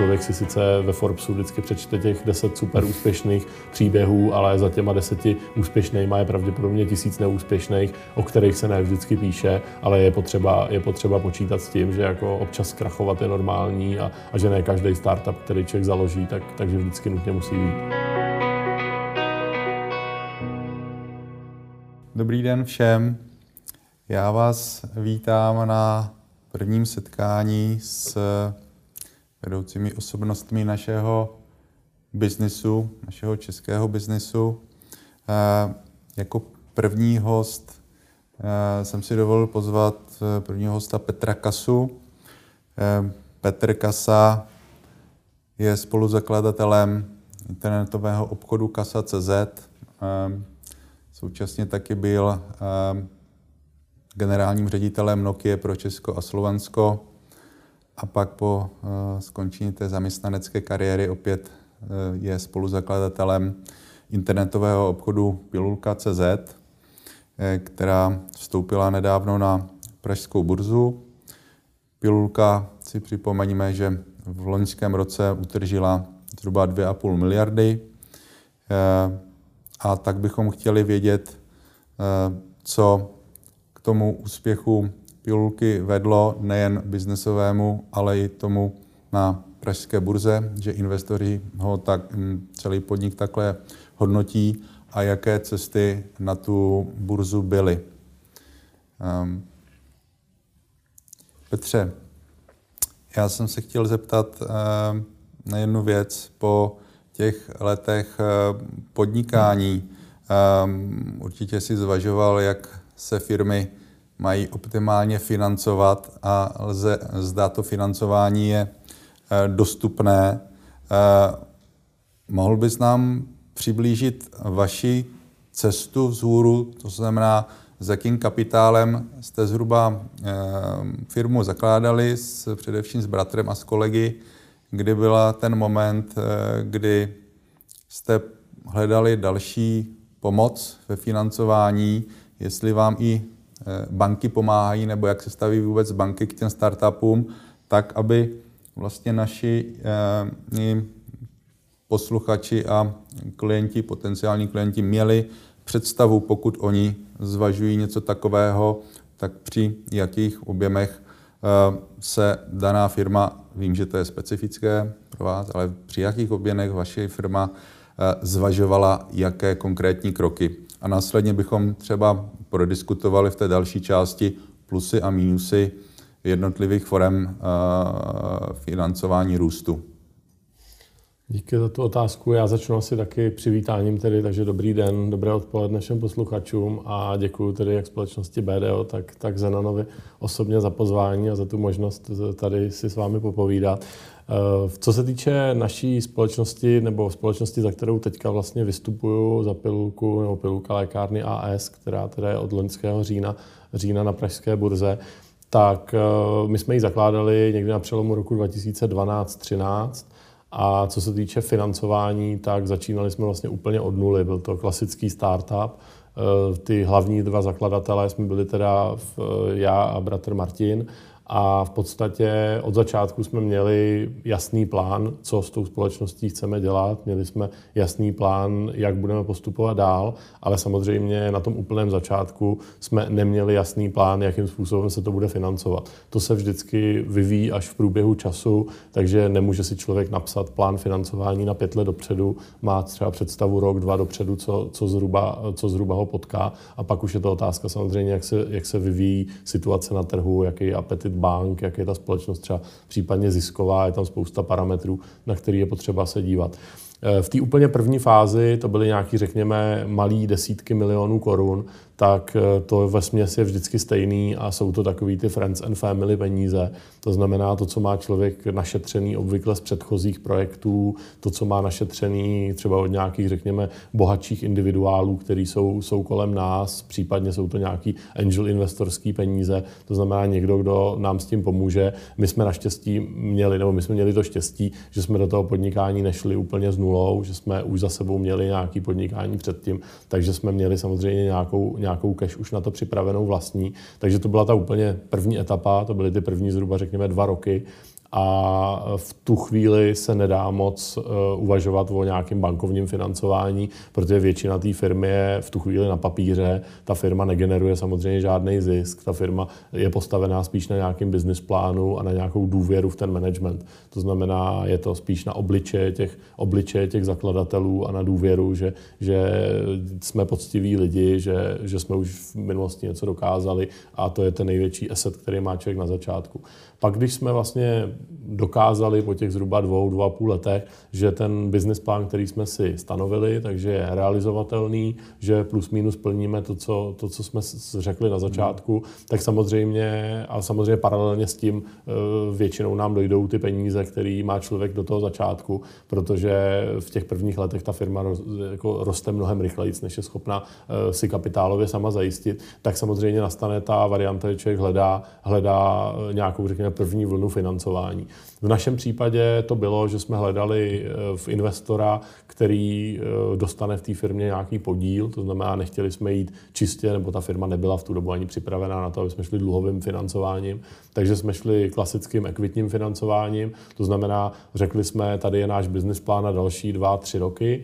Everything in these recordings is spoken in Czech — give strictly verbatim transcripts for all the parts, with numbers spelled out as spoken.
člověk si sice ve Forbesu vždycky přečte těch deset super úspěšných příběhů, ale za těma deseti úspěšnýma je pravděpodobně tisíc neúspěšných, o kterých se ne vždycky píše, ale je potřeba, je potřeba počítat s tím, že jako občas zkrachovat je normální a, a že ne každý startup, který člověk založí, tak, takže vždycky nutně musí být. Dobrý den všem. Já vás vítám na prvním setkání s vedoucími osobnostmi našeho biznisu, našeho českého biznisu. Jako první host jsem si dovolil pozvat prvního hosta Petra Kasu. Petr Kasa je spoluzakladatelem internetového obchodu kasa tečka cé zet. Současně taky byl generálním ředitelem Nokia pro Česko a Slovensko a pak po skončení té zaměstnanecké kariéry opět je spoluzakladatelem internetového obchodu Pilulka tečka cé zet, která vstoupila nedávno na pražskou burzu. Pilulka, si připomeňme, že v loňském roce utržila zhruba dvě a půl miliardy. A tak bychom chtěli vědět, co k tomu úspěchu Pilulky vedlo nejen biznesovému, ale i tomu na pražské burze, že investoři ho tak, celý podnik takhle hodnotí a jaké cesty na tu burzu byly. Petře, já jsem se chtěl zeptat na jednu věc. Po těch letech podnikání určitě si zvažoval, jak se firmy mají optimálně financovat a lze, zda to financování je dostupné. Mohl bys nám přiblížit vaši cestu vzhůru, to znamená, s jakým kapitálem jste zhruba firmu zakládali, s, především s bratrem a s kolegy, kdy byla ten moment, kdy jste hledali další pomoc ve financování, jestli vám i banky pomáhají, nebo jak se staví vůbec banky k těm startupům, tak aby vlastně naši eh, posluchači a klienti, potenciální klienti měli představu, pokud oni zvažují něco takového, tak při jakých objemech eh, se daná firma, vím, že to je specifické pro vás, ale při jakých objemech vaše firma eh, zvažovala, jaké konkrétní kroky. A následně bychom třeba prodiskutovali v té další části plusy a mínusy jednotlivých forem uh, financování růstu. Díky za tu otázku. Já začnu asi taky přivítáním tedy, takže dobrý den, dobré odpoledne všem posluchačům a děkuji tedy jak společnosti B D O, tak, tak Zenanovi osobně za pozvání a za tu možnost tady si s vámi popovídat. Co se týče naší společnosti nebo společnosti, za kterou teďka vlastně vystupuju, za Pilulku nebo Pilulka lékárny A S, která teda je od loňského října, října na pražské burze, tak my jsme ji zakládali někdy na přelomu roku dva tisíce dvanáct třináct a co se týče financování, tak začínali jsme vlastně úplně od nuly. Byl to klasický startup. Ty hlavní dva zakladatelé jsme byli teda já a bratr Martin. A v podstatě od začátku jsme měli jasný plán, co s tou společností chceme dělat. Měli jsme jasný plán, jak budeme postupovat dál, ale samozřejmě na tom úplném začátku jsme neměli jasný plán, jakým způsobem se to bude financovat. To se vždycky vyvíjí až v průběhu času, takže nemůže si člověk napsat plán financování na pět let dopředu, má třeba představu rok, dva dopředu, co, co, zhruba, co zhruba ho potká. A pak už je to otázka samozřejmě, jak se, jak se vyvíjí situace na trhu, jaký je apetit bank, jak je ta společnost třeba případně zisková, je tam spousta parametrů, na který je potřeba se dívat. V té úplně první fázi to byly nějaký, řekněme, malý desítky milionů korun, tak to vesměs je vždycky stejný a jsou to takový ty friends and family peníze. To znamená to, co má člověk našetřený obvykle z předchozích projektů, to, co má našetřený třeba od nějakých, řekněme, bohatších individuálů, kteří jsou, jsou kolem nás, případně jsou to nějaký angel investorský peníze, to znamená někdo, kdo nám s tím pomůže. My jsme naštěstí měli, nebo my jsme měli to štěstí, že jsme do toho podnikání nešli úplně z nulou, že jsme už za sebou měli nějaký podnikání předtím, takže jsme měli samozřejmě nějakou, nějakou cash už na to připravenou vlastní. Takže to byla ta úplně první etapa, to byly ty první zhruba, řekněme, dva roky. a v tu chvíli se nedá moc uvažovat o nějakém bankovním financování, protože většina té firmy je v tu chvíli na papíře, ta firma negeneruje samozřejmě žádný zisk, ta firma je postavená spíš na nějakém business plánu a na nějakou důvěru v ten management. To znamená, je to spíš na obličeje těch, obličeje těch zakladatelů a na důvěru, že, že jsme poctiví lidi, že, že jsme už v minulosti něco dokázali a to je ten největší asset, který má člověk na začátku. Pak, když jsme vlastně dokázali po těch zhruba dvou, dvou a půl letech, že ten business plán, který jsme si stanovili, takže je realizovatelný, že plus minus plníme to, co, to, co jsme řekli na začátku, hmm. tak samozřejmě a samozřejmě paralelně s tím většinou nám dojdou ty peníze, který má člověk do toho začátku, protože v těch prvních letech ta firma roz, jako roste mnohem rychleji, než je schopna si kapitálově sama zajistit, tak samozřejmě nastane ta varianta, že člověk hledá, hledá nějakou, řekněme, první vlnu financování. V našem případě to bylo, že jsme hledali v investora, který dostane v té firmě nějaký podíl, to znamená, nechtěli jsme jít čistě, nebo ta firma nebyla v tu dobu ani připravená na to, aby jsme šli dluhovým financováním, takže jsme šli klasickým ekvitním financováním, to znamená, řekli jsme, tady je náš business plán na další dva, tři roky,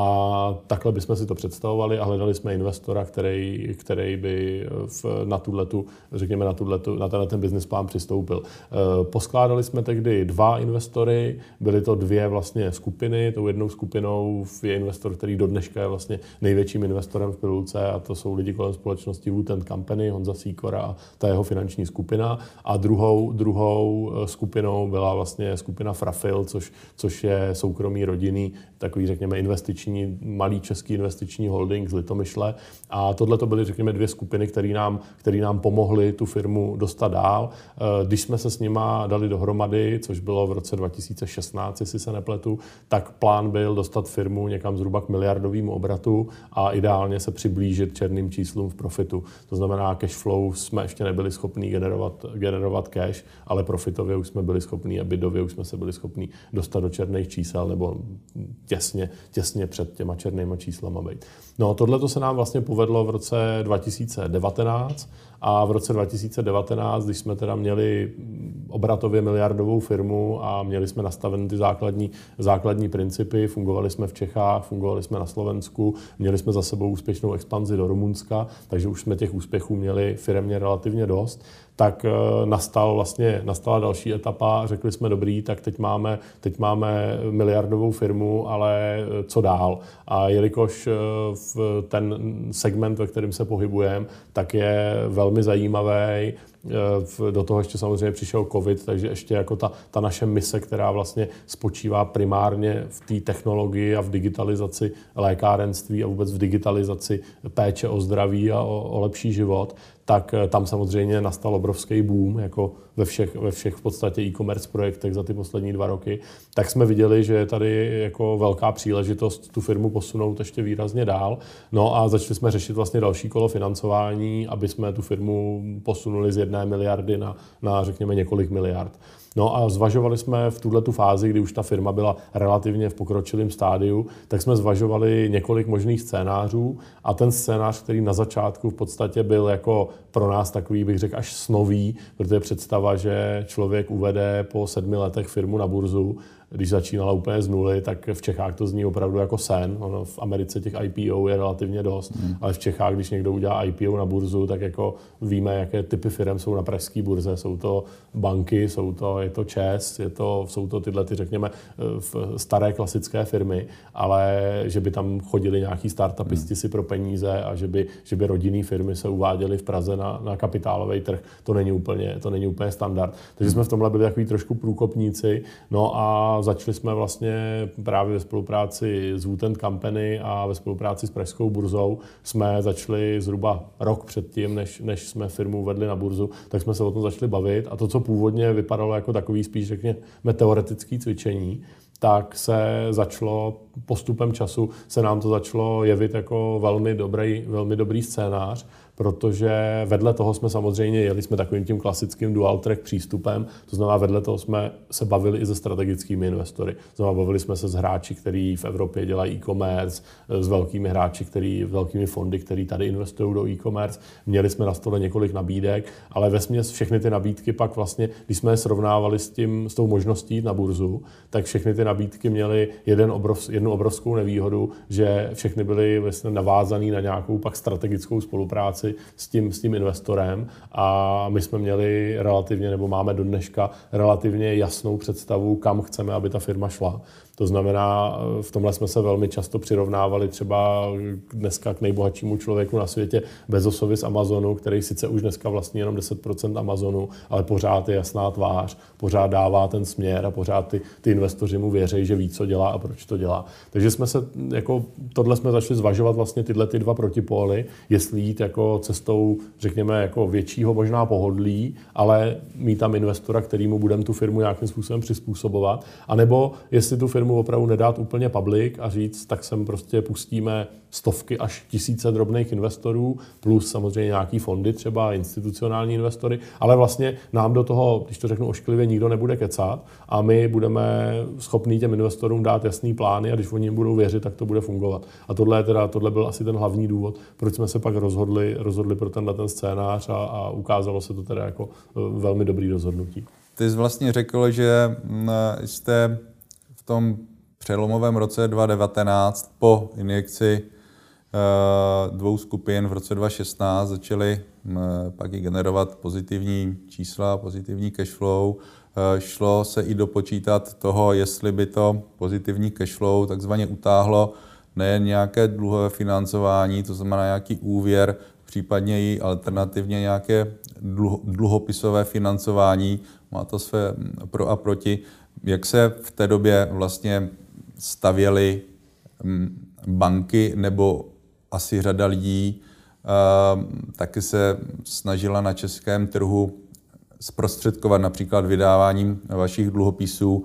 a takhle bychom si to představovali a hledali jsme investora, který, který by v, na tuhletu, řekněme na, tuhletu, na tenhle ten business plán přistoupil. Poskládali jsme tehdy dva investory, byly to dvě vlastně skupiny. Tou jednou skupinou je investor, který do dneška je vlastně největším investorem v Pilulce a to jsou lidi kolem společnosti Wood and Company, Honza Sýkora a ta jeho finanční skupina. A druhou, druhou skupinou byla vlastně skupina Frafil, což, což je soukromý rodinný, takový řekněme investiční malý český investiční holding z Litomyšle. A tohle to byly, řekněme, dvě skupiny, které nám, které nám pomohly tu firmu dostat dál. Když jsme se s nima dali dohromady, což bylo v roce dva tisíce šestnáct, jestli se nepletu, tak plán byl dostat firmu někam zhruba k miliardovému obratu a ideálně se přiblížit černým číslům v profitu. To znamená, cash flow jsme ještě nebyli schopní generovat, generovat cash, ale profitově už jsme byli schopní a bidově už jsme se byli schopní dostat do černých čísel nebo těsně, těsně před těma černýma číslama být. No, tohle to se nám vlastně povedlo v roce dva tisíce devatenáct a v roce dva tisíce devatenáct, když jsme teda měli obratově miliardovou firmu a měli jsme nastavené ty základní, základní principy, fungovali jsme v Čechách, fungovali jsme na Slovensku, měli jsme za sebou úspěšnou expanzi do Rumunska, takže už jsme těch úspěchů měli firemně relativně dost, tak nastal vlastně, nastala další etapa, řekli jsme dobrý, tak teď máme, teď máme miliardovou firmu, ale co dál? A jelikož v ten segment, ve kterém se pohybujeme, tak je velmi zajímavý. Do toho ještě samozřejmě přišel covid, takže ještě jako ta, ta naše mise, která vlastně spočívá primárně v té technologii a v digitalizaci lékárenství a vůbec v digitalizaci péče o zdraví a o, o lepší život, tak tam samozřejmě nastal obrovský boom, jako ve všech, ve všech v podstatě e-commerce projektech za ty poslední dva roky. Tak jsme viděli, že je tady jako velká příležitost tu firmu posunout ještě výrazně dál. No a začali jsme řešit vlastně další kolo financování, aby jsme tu firmu posunuli z jedné miliardy na, na řekněme několik miliard. No a zvažovali jsme v tuhletu fázi, kdy už ta firma byla relativně v pokročilém stádiu, tak jsme zvažovali několik možných scénářů a ten scénář, který na začátku v podstatě byl jako pro nás takový, bych řekl, až snový, protože představa, že člověk uvede po sedmi letech firmu na burzu, když začínala úplně z nuly, tak v Čechách to zní opravdu jako sen. Ono v Americe těch I P O je relativně dost, hmm. ale v Čechách, když někdo udělá I P O na burzu, tak jako víme, jaké typy firm jsou na pražské burze. Jsou to banky, jsou to, je to ČEZ, je to, jsou to tyhle, ty, řekněme, staré klasické firmy, ale že by tam chodili nějaký startupisti hmm. si pro peníze a že by, že by rodinné firmy se uváděly v Praze na, na kapitálový trh, to není úplně, to není úplně standard. Takže hmm. jsme v tomhle byli takový trošku průkopníci. No a začali jsme vlastně právě ve spolupráci s Wood and Company a ve spolupráci s pražskou burzou jsme začali zhruba rok předtím, než, než jsme firmu uvedli na burzu, tak jsme se o tom začali bavit a to, co původně vypadalo jako takový spíš řekněme teoretický cvičení, tak se začalo postupem času, se nám to začalo jevit jako velmi dobrý, velmi dobrý scénář, protože vedle toho jsme samozřejmě jeli jsme takovým tím klasickým dual track přístupem, to znamená vedle toho jsme se bavili i se strategickými investory. To znamená bavili jsme se s hráči, kteří v Evropě dělají e-commerce, s velkými hráči, který, velkými fondy, kteří tady investují do e-commerce. Měli jsme na stole několik nabídek, ale vesměs všechny ty nabídky pak vlastně, když jsme je srovnávali s tím, s tou možností jít na burzu, tak všechny ty nabídky měly jeden obrov, jednu obrovskou nevýhodu, že všechny byly vlastně navázané na nějakou pak strategickou spolupráci s tím, s tím investorem a my jsme měli relativně, nebo máme do dneška relativně jasnou představu, kam chceme, aby ta firma šla. To znamená, v tomhle jsme se velmi často přirovnávali třeba dneska k nejbohatšímu člověku na světě Bezosovi z Amazonu, který sice už dneska vlastní jenom deset procent Amazonu, ale pořád je jasná tvář, pořád dává ten směr a pořád ty, ty investoři mu věří, že ví, co dělá a proč to dělá. Takže jsme se jako tohle jsme začali zvažovat vlastně tyhle ty dva protipóly, jestli jít jako cestou, řekněme, jako většího možná pohodlí, ale mít tam investora, kterýmu budeme tu firmu nějakým způsobem přizpůsobovat, anebo jestli tu firmu opravdu nedát úplně public a říct, tak sem prostě pustíme stovky až tisíce drobných investorů, plus samozřejmě nějaký fondy, třeba institucionální investory, ale vlastně nám do toho, když to řeknu ošklivě, nikdo nebude kecat a my budeme schopní těm investorům dát jasný plány a když oni jim budou věřit, tak to bude fungovat. A tohle je teda, tohle byl asi ten hlavní důvod, proč jsme se pak rozhodli, rozhodli pro tenhle ten scénář a, a ukázalo se to teda jako velmi dobrý rozhodnutí. Ty jsi vlastně řekl, že jste v tom přelomovém roce dva tisíce devatenáct po injekci dvou skupin v roce dva tisíce šestnáct začali pak i generovat pozitivní čísla, pozitivní cash flow. Šlo se i dopočítat toho, jestli by to pozitivní cash flow takzvaně utáhlo nejen nějaké dluhové financování, to znamená nějaký úvěr, případně i alternativně nějaké dluhopisové financování. Má to své pro a proti. Jak se v té době vlastně stavěly banky, nebo asi řada lidí taky se snažila na českém trhu zprostředkovat například vydáváním vašich dluhopisů.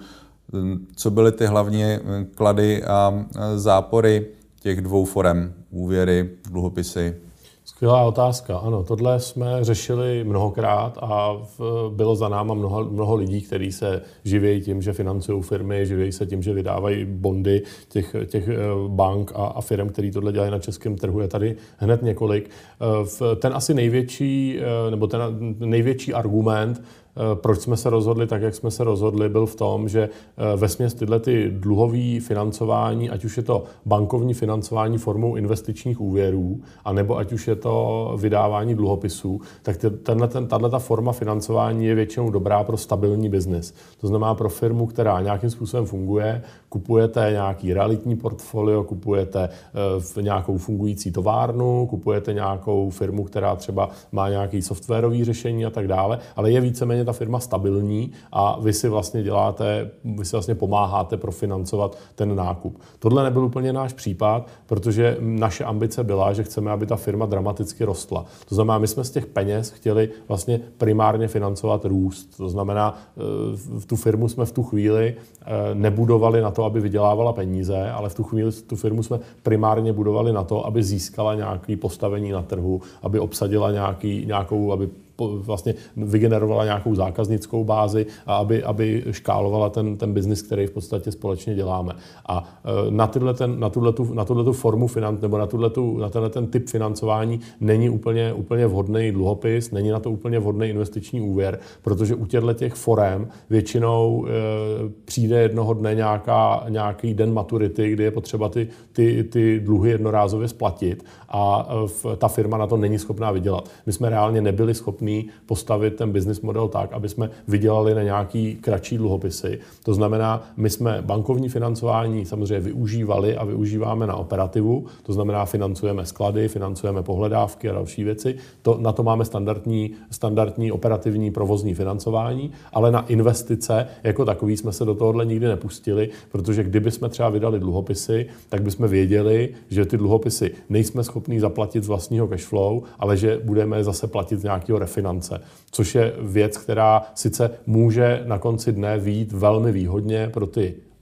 Co byly ty hlavně klady a zápory těch dvou forem, úvěry, dluhopisy? Skvělá otázka. Ano, tohle jsme řešili mnohokrát a bylo za náma mnoho, mnoho lidí, kteří se živí tím, že financují firmy, živí se tím, že vydávají bondy těch, těch bank a, a firm, který tohle dělají na českém trhu. Je tady hned několik. Ten asi největší, nebo ten největší argument, proč jsme se rozhodli tak, jak jsme se rozhodli, byl v tom, že vesměs tyhle ty dluhové financování, ať už je to bankovní financování formou investičních úvěrů, anebo ať už je to vydávání dluhopisů, tak tenhle, ten, tato forma financování je většinou dobrá pro stabilní biznis. To znamená pro firmu, která nějakým způsobem funguje, kupujete nějaký realitní portfolio, kupujete v nějakou fungující továrnu, kupujete nějakou firmu, která třeba má nějaký softwarové řešení a tak dále, ale je víceméně ta firma stabilní a vy si vlastně děláte, vy si vlastně pomáháte profinancovat ten nákup. Tohle nebyl úplně náš případ, protože naše ambice byla, že chceme, aby ta firma dramaticky rostla. To znamená, my jsme z těch peněz chtěli vlastně primárně financovat růst. To znamená, v tu firmu jsme v tu chvíli nebudovali na to, aby vydělávala peníze, ale v tu chvíli tu firmu jsme primárně budovali na to, aby získala nějaké postavení na trhu, aby obsadila nějaký, nějakou, aby vlastně vygenerovala nějakou zákaznickou bázi a aby, aby škálovala ten, ten biznis, který v podstatě společně děláme. A na, ten, na, tuhletu, na tuhletu formu finan, nebo na, tuhletu, na tenhle ten typ financování není úplně, úplně vhodný dluhopis, není na to úplně vhodný investiční úvěr, protože u těchto těch forem většinou e, přijde jednoho dne nějaká, nějaký den maturity, kdy je potřeba ty, ty, ty dluhy jednorázově splatit a v, ta firma na to není schopná vydělat. My jsme reálně nebyli schopni postavit ten business model tak, aby jsme vydělali na nějaký kratší dluhopisy. To znamená, my jsme bankovní financování samozřejmě využívali a využíváme na operativu, to znamená, financujeme sklady, financujeme pohledávky a další věci. To, na to máme standardní, standardní operativní provozní financování, ale na investice jako takový jsme se do tohohle nikdy nepustili, protože kdyby jsme třeba vydali dluhopisy, tak bychom věděli, že ty dluhopisy nejsme schopní zaplatit z vlastního cash flow, ale že budeme zase platit z nějakého finance, což je věc, která sice může na konci dne vyjít velmi výhodně pro ty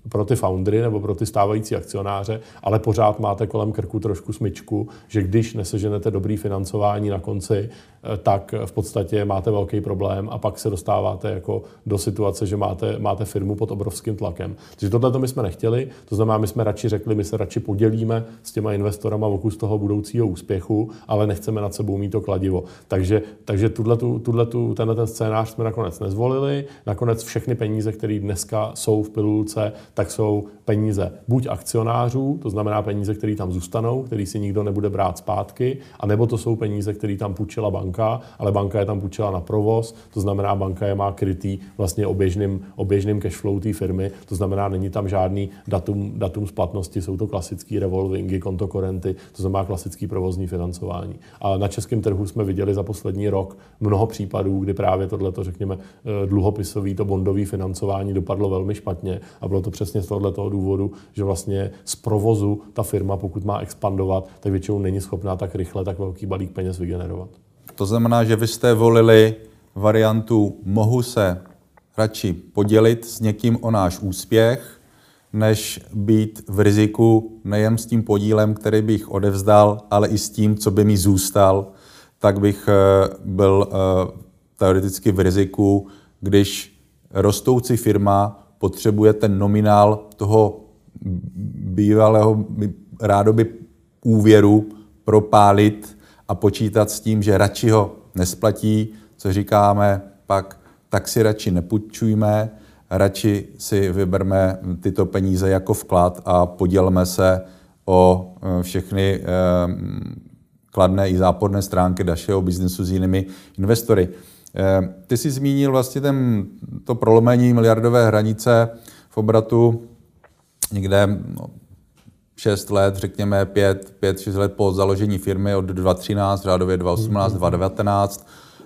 pro ty foundry nebo pro ty stávající akcionáře, ale pořád máte kolem krku trošku smyčku, že když neseženete dobrý financování na konci, tak v podstatě máte velký problém a pak se dostáváte jako do situace, že máte, máte firmu pod obrovským tlakem. Takže tohle my jsme nechtěli, to znamená, my jsme radši řekli, my se radši podělíme s těma investorama o kus toho budoucího úspěchu, ale nechceme nad sebou mít to kladivo. Takže, takže tuhletu, tuhletu, tenhle ten scénář jsme nakonec nezvolili. Nakonec všechny peníze, které dneska jsou v pilulce, tak jsou peníze buď akcionářů, to znamená peníze, které tam zůstanou, který si nikdo nebude brát zpátky, anebo to jsou peníze, které tam půjčila banka, ale banka je tam půjčila na provoz, to znamená, banka je má krytý vlastně oběžným, oběžným cashflow té firmy, to znamená, není tam žádný datum, datum splatnosti, jsou to klasický revolvingy, kontokorenty, to znamená klasický provozní financování. A na českém trhu jsme viděli za poslední rok mnoho případů, kdy právě tohleto, řekněme, dluhopisový, to bondový financování dopadlo velmi špatně a bylo to přesně z tohoto důvodu, že vlastně z provozu ta firma, pokud má expandovat, tak většinou není schopná tak rychle tak velký balík peněz vygenerovat. To znamená, že vy jste volili variantu mohu se radši podělit s někým o náš úspěch, než být v riziku nejen s tím podílem, který bych odevzdal, ale i s tím, co by mi zůstal, tak bych byl teoreticky v riziku, když rostoucí firma potřebuje ten nominál toho bývalého rádoby úvěru propálit a počítat s tím, že radši ho nesplatí, co říkáme pak, tak si radši nepůjčujme, radši si vyberme tyto peníze jako vklad a podělme se o všechny kladné i záporné stránky našeho biznesu s jinými investory. Ty jsi zmínil vlastně ten, to prolomení miliardové hranice v obratu někde no, šest let, řekněme pět, pět, šest let po založení firmy od dva tisíce třináct, řádově dva tisíce osmnáct, dva tisíce devatenáct.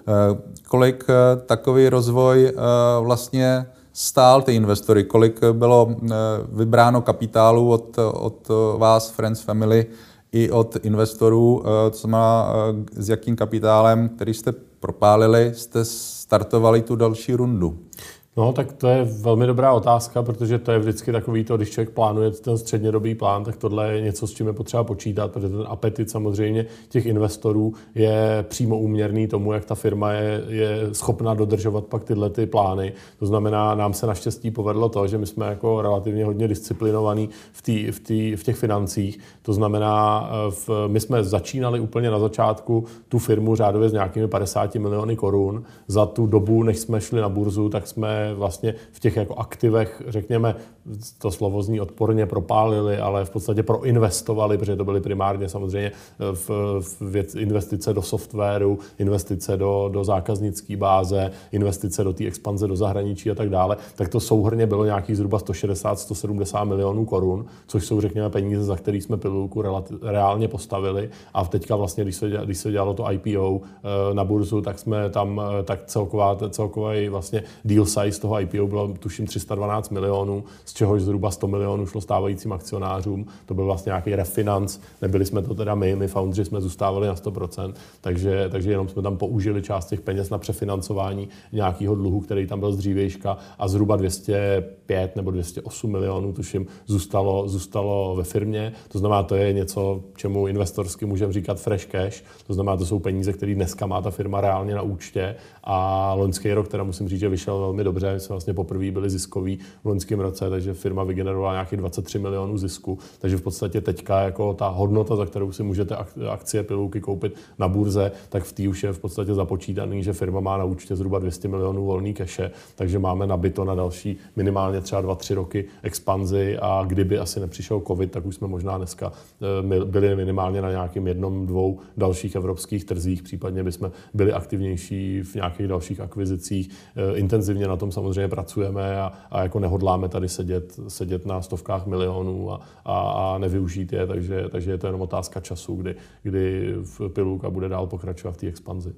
Kolik takový rozvoj vlastně stál ty investory? Kolik bylo vybráno kapitálu od, od vás, Friends Family, i od investorů, to znamená, s jakým kapitálem, který jste propálili, jste startovali tu další rundu? No, tak to je velmi dobrá otázka, protože to je vždycky takový to, když člověk plánuje ten střednědobý plán, tak tohle je něco, s čím je potřeba počítat, protože ten apetit samozřejmě těch investorů je přímo úměrný tomu, jak ta firma je, je schopná dodržovat pak tyhle ty plány. To znamená, nám se naštěstí povedlo to, že my jsme jako relativně hodně disciplinovaní v, tý, v, tý, v těch financích. To znamená, v, my jsme začínali úplně na začátku tu firmu řádově s nějakými padesáti miliony korun. Za tu dobu, než jsme šli na burzu, tak jsme vlastně v těch jako aktivech, řekněme, to slovo zní odporně, propálili, ale v podstatě proinvestovali, protože to byly primárně samozřejmě v, v věc, investice do softwaru, investice do, do zákaznické báze, investice do té expanze do zahraničí a tak dále, tak to souhrnně bylo nějakých zhruba sto šedesát až sto sedmdesát milionů korun, což jsou, řekněme, peníze, za které jsme pilulku reálně postavili. A teďka vlastně, když se, když se dělalo to I P O na burzu, tak jsme tam, tak celková, celkový vlastně deal size z toho I P O bylo tuším tři sta dvanáct milionů, z čehož zhruba sto milionů šlo stávajícím akcionářům. To byl vlastně nějaký refinanc, nebyli jsme to teda my, my foundři jsme zůstávali na sto procent, takže, takže jenom jsme tam použili část těch peněz na přefinancování nějakého dluhu, který tam byl z dřívějška a zhruba dvě stě pět nebo dvě stě osm milionů, tuším, zůstalo, zůstalo ve firmě. To znamená, to je něco, čemu investorsky můžeme říkat fresh cash. To znamená, to jsou peníze, které dneska má ta firma reálně na účtě a loňský rok, teda musím říct, že vyšel velmi dobře. My jsme vlastně poprvé byli ziskoví v loňském roce, takže firma vygenerovala nějakých dvacet tři milionů zisku. Takže v podstatě teďka jako ta hodnota, za kterou si můžete akcie pilulky koupit na burze, tak v té už je v podstatě započítaný, že firma má na účtě zhruba dvě stě milionů volný keše, takže máme nabito na další minimálně třeba dva, tři roky expanzi a kdyby asi nepřišel covid, tak už jsme možná dneska byli minimálně na nějakým jednom, dvou dalších evropských trzích, případně bychom byli aktivnější v nějakých dalších akvizicích. Intenzivně na tom samozřejmě pracujeme a, a jako nehodláme tady sedět, sedět na stovkách milionů a, a, a nevyužít je, takže, takže je to jenom otázka času, kdy, kdy pilulka bude dál pokračovat v té expanzi.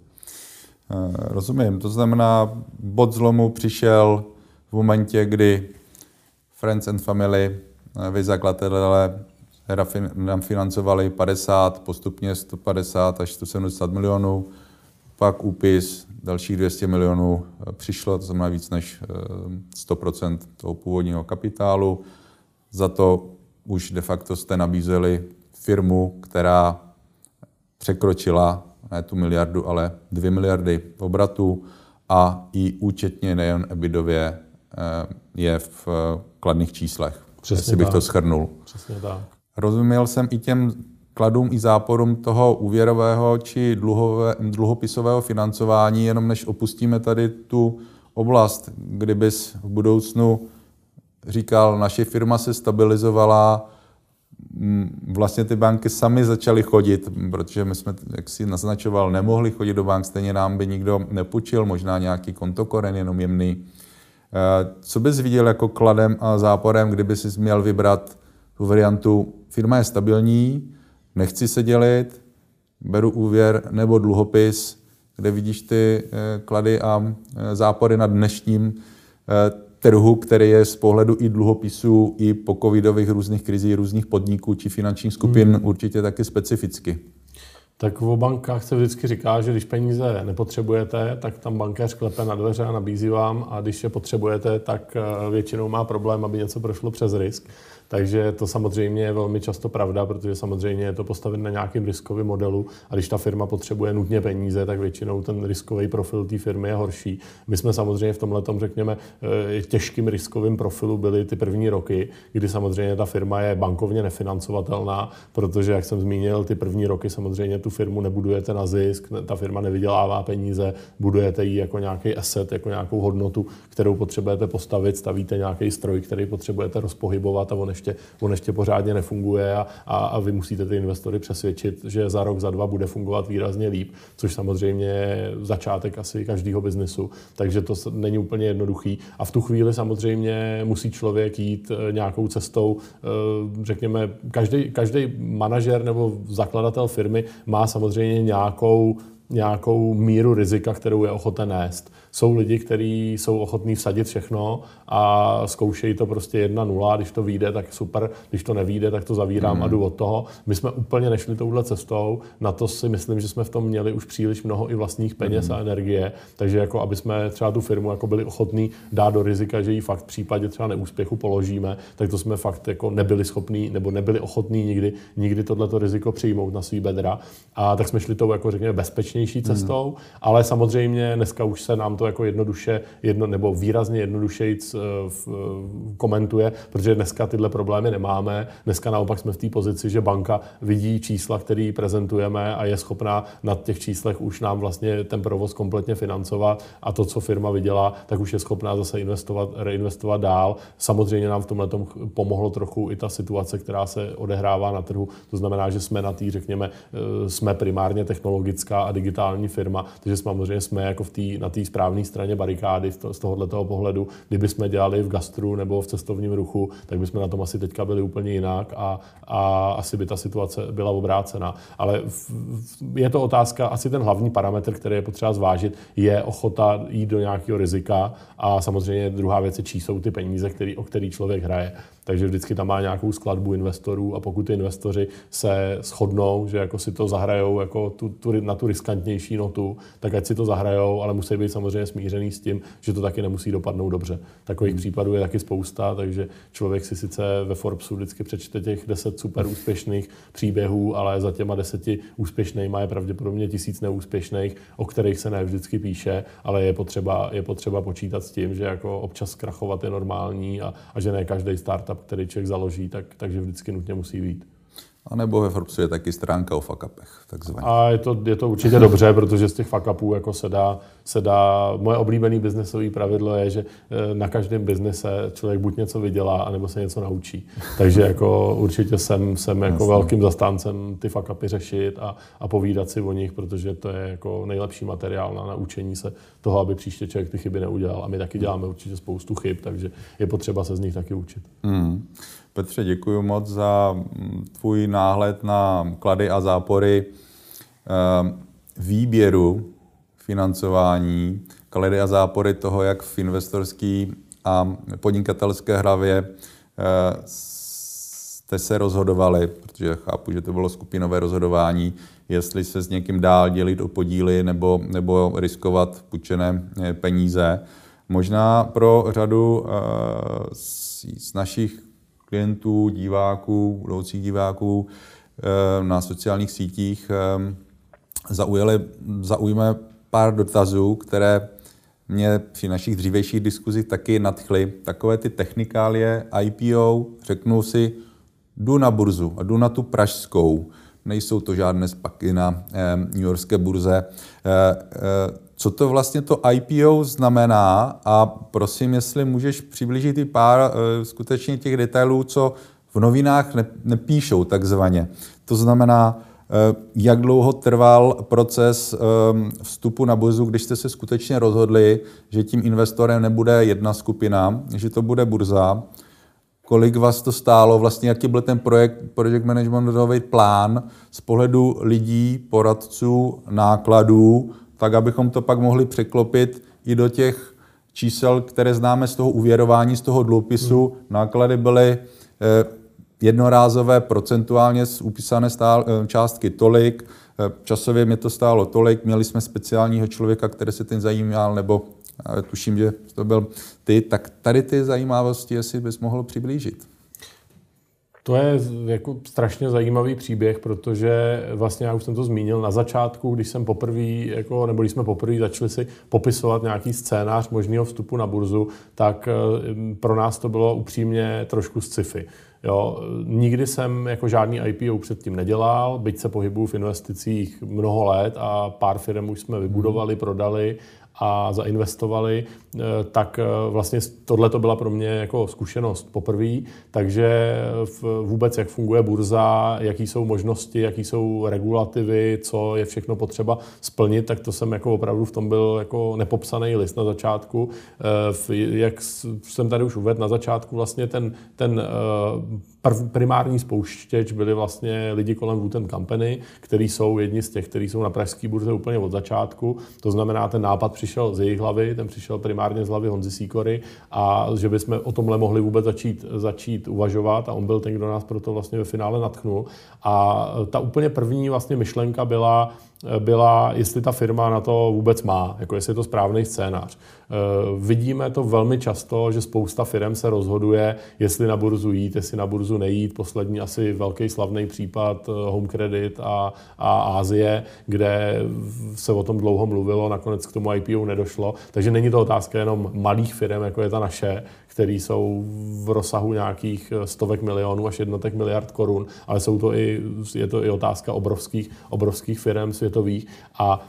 Rozumím, to znamená, bod zlomu přišel v momentě, kdy Friends and Family, vy zakladatelé, nám financovali padesát, postupně sto padesát až sto sedmdesát milionů, pak úpis, dalších dvě stě milionů přišlo, to znamená víc než sto procent toho původního kapitálu. za to už de facto jste nabízeli firmu, která překročila ne tu miliardu, ale dvě miliardy obratu a i účetně nejen EBITově je v kladných číslech. Přesně jestli bych tak. to shrnul. Přesně tak. Rozuměl jsem i těm kladům i záporům toho úvěrového či dluhové, dluhopisového financování, jenom než opustíme tady tu oblast, kdybys v budoucnu říkal, naše firma se stabilizovala, vlastně ty banky sami začaly chodit, protože my jsme, jak si naznačoval, nemohli chodit do bank, stejně nám by nikdo nepůjčil, možná nějaký kontokoren, jenom jemný. Co bys viděl jako kladem a záporem, kdyby jsi měl vybrat tu variantu, firma je stabilní, nechci se dělit, beru úvěr nebo dluhopis, kde vidíš ty klady a zápory na dnešním trhu, který je z pohledu i dluhopisů, i po covidových různých krizí, různých podniků či finančních skupin hmm. určitě taky specificky. Tak o bankách se vždycky říká, že když peníze nepotřebujete, tak tam bankéř klepe na dveře a nabízí vám, a když je potřebujete, tak většinou má problém, aby něco prošlo přes risk. Takže to samozřejmě je velmi často pravda, protože samozřejmě je to postavit na nějakým riskovém modelu a když ta firma potřebuje nutně peníze, tak většinou ten riskový profil té firmy je horší. My jsme samozřejmě v tomhletom, řekněme, těžkým riskovým profilu byli ty první roky, kdy samozřejmě ta firma je bankovně nefinancovatelná, protože, jak jsem zmínil, ty první roky samozřejmě tu firmu nebudujete na zisk, ta firma nevydělává peníze, budujete ji jako nějaký asset, jako nějakou hodnotu, kterou potřebujete postavit, stavíte nějaký stroj, který potřebujete rozpohybovat a on ještě, on ještě pořádně nefunguje a, a, a vy musíte ty investory přesvědčit, že za rok, za dva bude fungovat výrazně líp, což samozřejmě je začátek asi každého biznesu, takže to není úplně jednoduchý. A v tu chvíli samozřejmě musí člověk jít nějakou cestou, řekněme, každý, každý manažer nebo zakladatel firmy má samozřejmě nějakou nějakou míru rizika, kterou je ochoten nést. Jsou lidi, kteří jsou ochotní vsadit všechno a zkoušejí to prostě jedna nula, když to vyjde, tak super, když to nevyjde, tak to zavírám mm. a jdu od toho. My jsme úplně nešli touhle cestou, na to si myslím, že jsme v tom měli už příliš mnoho i vlastních peněz mm. a energie, takže jako aby jsme třeba tu firmu jako byli ochotní dát do rizika, že ji fakt v případě třeba neúspěchu položíme, tak to jsme fakt jako nebyli schopní nebo nebyli ochotní nikdy, nikdy tohleto riziko přijmout na svý bedra. A tak jsme šli tou jako řekněme bezpečně cestou, mm. ale samozřejmě dneska už se nám to jako jednoduše, jedno, nebo výrazně jednodušejc uh, komentuje, protože dneska tyhle problémy nemáme. Dneska naopak jsme v té pozici, že banka vidí čísla, které prezentujeme a je schopná na těch číslech už nám vlastně ten provoz kompletně financovat a to, co firma vydělá, tak už je schopná zase investovat, reinvestovat dál. Samozřejmě nám v tomhle tom pomohlo trochu i ta situace, která se odehrává na trhu. To znamená, že jsme na té, řekněme, jsme primárně technologická a digitální firma, takže samozřejmě jsme jako v tý, na té správné straně barikády z tohoto pohledu. Kdyby jsme dělali v gastru nebo v cestovním ruchu, tak bychom na tom asi teďka byli úplně jinak a, a asi by ta situace byla obrácená. Ale v, je to otázka, asi ten hlavní parametr, který je potřeba zvážit, je ochota jít do nějakého rizika a samozřejmě druhá věc je, čí jsou ty peníze, který, o který člověk hraje. Takže vždycky tam má nějakou skladbu investorů a pokud ty investoři se shodnou, že jako si to zahrajou jako tu, tu, na tu riskantnější notu, tak ať si to zahrajou, ale musí být samozřejmě smířený s tím, že to taky nemusí dopadnout dobře. Takových hmm. případů je taky spousta, takže člověk si sice ve Forbesu vždycky přečte těch deset super úspěšných příběhů, ale za těma deseti úspěšnýma je pravděpodobně tisíc neúspěšných, o kterých se ne vždycky píše, ale je potřeba, je potřeba počítat s tím, že jako občas krachovat je normální a, a že ne každý startup, který člověk založí, tak, takže vždycky nutně musí být. A nebo ve Forbesu je taky stránka o fuck-upech, takzvaně. A je to, je to určitě dobře, protože z těch fuck-upů jako se dá, se dá, moje oblíbený biznesové pravidlo je, že na každém biznise člověk buď něco vydělá, anebo se něco naučí. Takže jako určitě jsem, jsem jako velkým zastáncem ty fuck-upy řešit a, a povídat si o nich, protože to je jako nejlepší materiál na naučení se toho, aby příště člověk ty chyby neudělal. A my taky děláme určitě spoustu chyb, takže je potřeba se z nich taky učit. Mm. Petře, děkuji moc za tvůj náhled na klady a zápory výběru financování, klady a zápory toho, jak v investorské a podnikatelské hlavě jste se rozhodovali, protože chápu, že to bylo skupinové rozhodování, jestli se s někým dál dělit o podíly nebo, nebo riskovat půjčené peníze. Možná pro řadu z našich klientů, diváků, budoucích diváků na sociálních sítích zaujali, zaujme pár dotazů, které mě při našich dřívějších diskuzích taky nadchly. Takové ty technikálie, I P O, řeknu si, jdu na burzu a jdu na tu pražskou. Nejsou to žádné spaky na eh, newyorské burze. Eh, eh, co to vlastně to I P O znamená? A prosím, jestli můžeš přiblížit i pár eh, skutečně těch detailů, co v novinách ne, nepíšou takzvaně. To znamená, eh, jak dlouho trval proces eh, vstupu na burzu, když jste se skutečně rozhodli, že tím investorem nebude jedna skupina, že to bude burza. Kolik vás to stálo, vlastně jaký byl ten projekt, project managementový plán z pohledu lidí, poradců, nákladů, tak abychom to pak mohli překlopit i do těch čísel, které známe z toho uvěrování, z toho dluhopisu. Hmm. Náklady byly eh, jednorázové, procentuálně z upísané stál, eh, částky tolik, eh, časově mě to stálo tolik, měli jsme speciálního člověka, který se tím zajímal, nebo ale tuším, že to byl ty, tak tady ty zajímavosti, jestli bys mohl přiblížit. To je jako strašně zajímavý příběh, protože vlastně já už jsem to zmínil na začátku, když jsem poprvé, jako, nebo když jsme poprvé začali si popisovat nějaký scénář možného vstupu na burzu, tak pro nás to bylo upřímně trošku sci-fi. Jo, nikdy jsem jako žádný I P O předtím nedělal, byť se pohybuju v investicích mnoho let a pár firm už jsme vybudovali, prodali a zainvestovali, tak vlastně tohle to byla pro mě jako zkušenost poprvé, takže vůbec jak funguje burza, jaký jsou možnosti, jaký jsou regulativy, co je všechno potřeba splnit, tak to jsem jako opravdu v tom byl jako nepopsaný list na začátku. Jak jsem tady už uvedl na začátku, vlastně ten, ten primární spouštěč byli vlastně lidi kolem Wood Company, kteří jsou jedni z těch, kteří jsou na pražské burze úplně od začátku. To znamená, ten nápad přišel z jejich hlavy, ten přišel primárně z hlavy Honzy Sýkory a že bychom o tomhle mohli vůbec začít, začít uvažovat a on byl ten, kdo nás proto vlastně ve finále nadchnul. A ta úplně první vlastně myšlenka byla, byla, jestli ta firma na to vůbec má, jako jestli je to správný scénář. Vidíme to velmi často, že spousta firm se rozhoduje, jestli na burzu jít, jestli na burzu nejít. Poslední asi velký slavný případ Home Credit a, a Asie, kde se o tom dlouho mluvilo, nakonec k tomu I P O nedošlo. Takže není to otázka jenom malých firm, jako je ta naše, které jsou v rozsahu nějakých stovek milionů až jednotek miliard korun, ale jsou to i, je to i otázka obrovských, obrovských firm světových a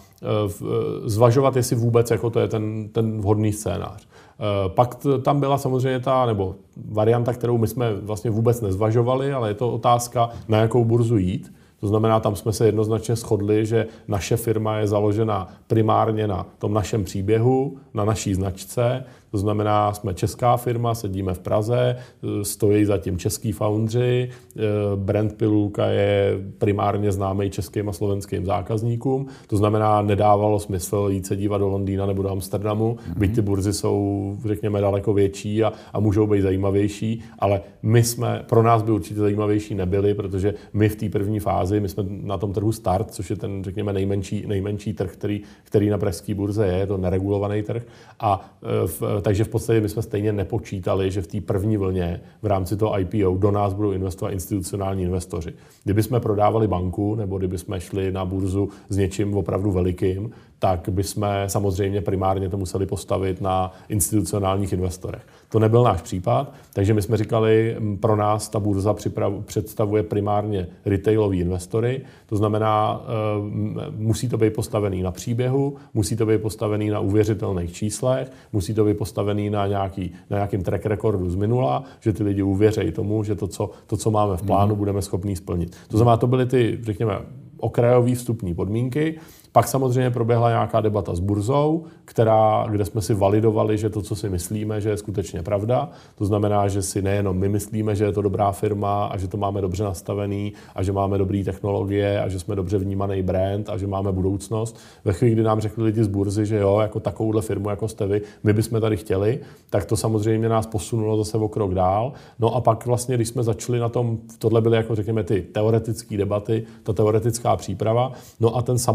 zvažovat, jestli vůbec jako to je ten, ten vhodný scénář. Pak tam byla samozřejmě ta, nebo varianta, kterou my jsme vlastně vůbec nezvažovali, ale je to otázka, na jakou burzu jít. To znamená, tam jsme se jednoznačně shodli, že naše firma je založena primárně na tom našem příběhu, na naší značce. To znamená, jsme česká firma, sedíme v Praze, stojí zatím český foundři, brand Pilulka je primárně známý českým a slovenským zákazníkům. To znamená, nedávalo smysl jít se dívat do Londýna nebo do Amsterdamu, mm-hmm. byť ty burzy jsou, řekněme, daleko větší a, a můžou být zajímavější, ale my jsme, pro nás by určitě zajímavější nebyli, protože my v té první fázi, my jsme na tom trhu Start, což je ten, řekněme, nejmenší, nejmenší trh, který, který na pražské burze je, je to neregulovaný trh a v, takže v podstatě my jsme stejně nepočítali, že v té první vlně v rámci toho I P O do nás budou investovat institucionální investoři. Kdyby jsme prodávali banku nebo kdyby jsme šli na burzu s něčím opravdu velikým, tak bychom samozřejmě primárně to museli postavit na institucionálních investorech. To nebyl náš případ, takže my jsme říkali, pro nás ta burza představuje primárně retailový investory, to znamená, musí to být postavený na příběhu, musí to být postavený na uvěřitelných číslech, musí to být postavený na, nějaký, na nějakým track recordu z minula, že ty lidi uvěřejí tomu, že to, co, to, co máme v plánu, budeme schopní splnit. To znamená, to byly ty, řekněme, okrajové vstupní podmínky. Pak samozřejmě proběhla nějaká debata s burzou, která, kde jsme si validovali, že to, co si myslíme, že je skutečně pravda. To znamená, že si nejenom my myslíme, že je to dobrá firma a že to máme dobře nastavený a že máme dobré technologie a že jsme dobře vnímaný brand a že máme budoucnost. Ve chvíli, kdy nám řekli lidi z burzy, že jo, jako takovouhle firmu, jako jste vy, my bychom tady chtěli, tak to samozřejmě nás posunulo zase o krok dál. No a pak vlastně, když jsme začali na tom, tohle byly jako řekněme ty teoretické debaty, ta teoretická příprava, no a ten samotný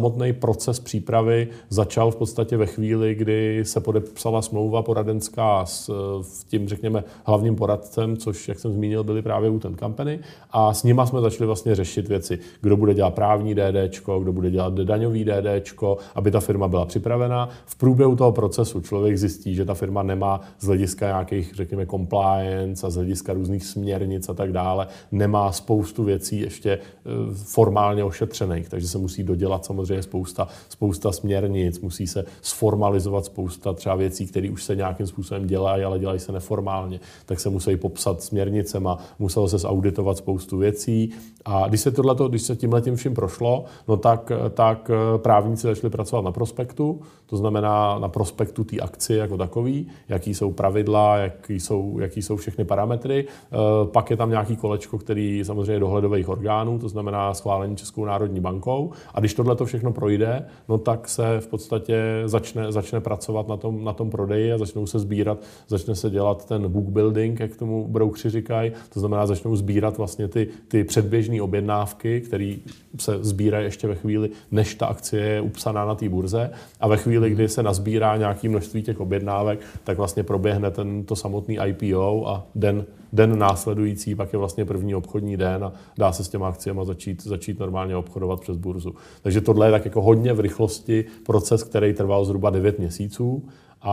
proces přípravy začal v podstatě ve chvíli, kdy se podepsala smlouva poradenská s tím, řekněme, hlavním poradcem, což, jak jsem zmínil, byly právě Wooten Company, a s nima jsme začali vlastně řešit věci, kdo bude dělat právní DDčko, kdo bude dělat daňový DDčko, aby ta firma byla připravená. V průběhu toho procesu člověk zjistí, že ta firma nemá z hlediska nějakých, řekněme, compliance a z hlediska různých směrnic a tak dále, nemá spoustu věcí ještě formálně ošetřených, takže se musí dodělat samozřejmě spousta, spousta směrnic, musí se sformalizovat spousta třeba věcí, které už se nějakým způsobem dělají, ale dělají se neformálně, tak se musí popsat směrnicema, muselo se zauditovat spoustu věcí, a když se tohleto, když se tímhletím vším prošlo, no tak, tak právníci začali pracovat na prospektu, to znamená na prospektu té akcie jako takový, jaký jsou pravidla, jaký jsou, jaký jsou všechny parametry. Pak je tam nějaký kolečko, který samozřejmě dohledových orgánů, to znamená schválení Českou národní bankou. A když tohleto všechno projde, no tak se v podstatě začne, začne pracovat na tom, na tom prodeji a začnou se sbírat, začne se dělat ten book building, jak tomu broukři říkají. To znamená, začnou sbírat vlastně ty, ty předběžné objednávky, které se sbírají ještě ve chvíli, než ta akcie je upsaná na té burze. A ve chvíli, kdy se nazbírá nějaké množství těch objednávek, tak vlastně proběhne ten, to samotný I P O a den, den následující pak je vlastně první obchodní den a dá se s těma akciemi začít, začít normálně obchodovat přes burzu. Takže tohle je tak jako hodně v rychlosti proces, který trval zhruba devět měsíců.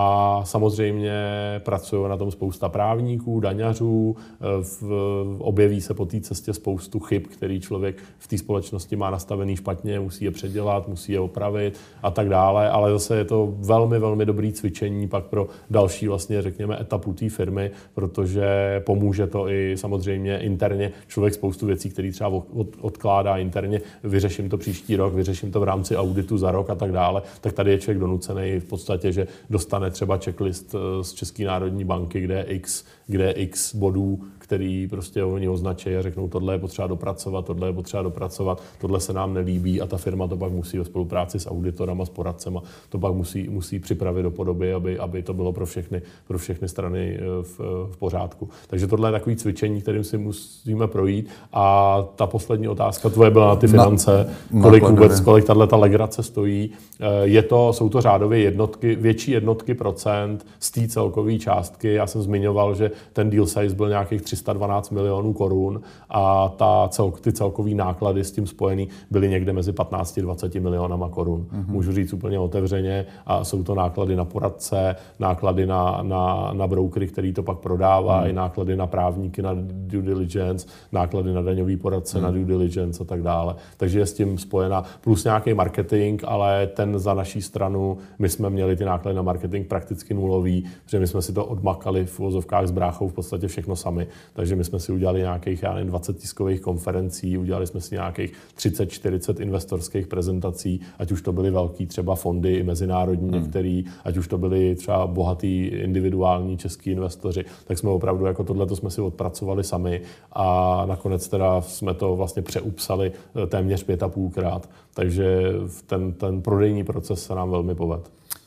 A samozřejmě pracují na tom spousta právníků, daňařů, v, objeví se po té cestě spoustu chyb, který člověk v té společnosti má nastavený špatně, musí je předělat, musí je opravit a tak dále, ale zase je to velmi, velmi dobrý cvičení pak pro další vlastně, řekněme, etapu té firmy, protože pomůže to i samozřejmě interně. Člověk spoustu věcí, které třeba od, odkládá interně, vyřeším to příští rok, vyřeším to v rámci auditu za rok a tak dále, tak tady je člověk donucený v podstatě, že dostane třeba checklist z České národní banky, kde je X, kde je X bodů, který prostě oni označí a řeknou, tohle je potřeba dopracovat, tohle je potřeba dopracovat, tohle se nám nelíbí, a ta firma to pak musí ve spolupráci s auditorama, s poradcema, to pak musí, musí připravit do podoby, aby, aby to bylo pro všechny, pro všechny strany v, v pořádku. Takže tohle je takový cvičení, kterým si musíme projít. A ta poslední otázka tvoje byla na ty finance, na, kolik vůbec, kolik tato legrace stojí. Je to, jsou to řádově jednotky, větší jednotky procent z té celkové částky. Já jsem zmiňoval, že ten deal size byl nějakých tři sta dvanáct milionů korun a ta cel, ty celkové náklady s tím spojený byly někde mezi patnáct až dvacet milionama korun. Mm-hmm. Můžu říct úplně otevřeně, a jsou to náklady na poradce, náklady na, na, na brokery, který to pak prodává, mm. i náklady na právníky, na due diligence, náklady na daňový poradce, mm. na due diligence a tak dále. Takže je s tím spojena plus nějaký marketing, ale ten za naší stranu, my jsme měli ty náklady na marketing prakticky nulový, protože my jsme si to odmakali v uvozovkách s bráchou v podstatě všechno sami. Takže my jsme si udělali nějakých, já nevím, dvacet tiskových konferencí, udělali jsme si nějakých třicet čtyřicet investorských prezentací, ať už to byly velký třeba fondy i mezinárodní hmm. některý, ať už to byly třeba bohatý individuální český investoři, tak jsme opravdu jako tohleto jsme si odpracovali sami a nakonec teda jsme to vlastně přeupsali téměř pět a půlkrát. Takže ten, ten prodejní proces se nám velmi povedl.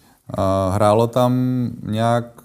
Hrálo tam nějak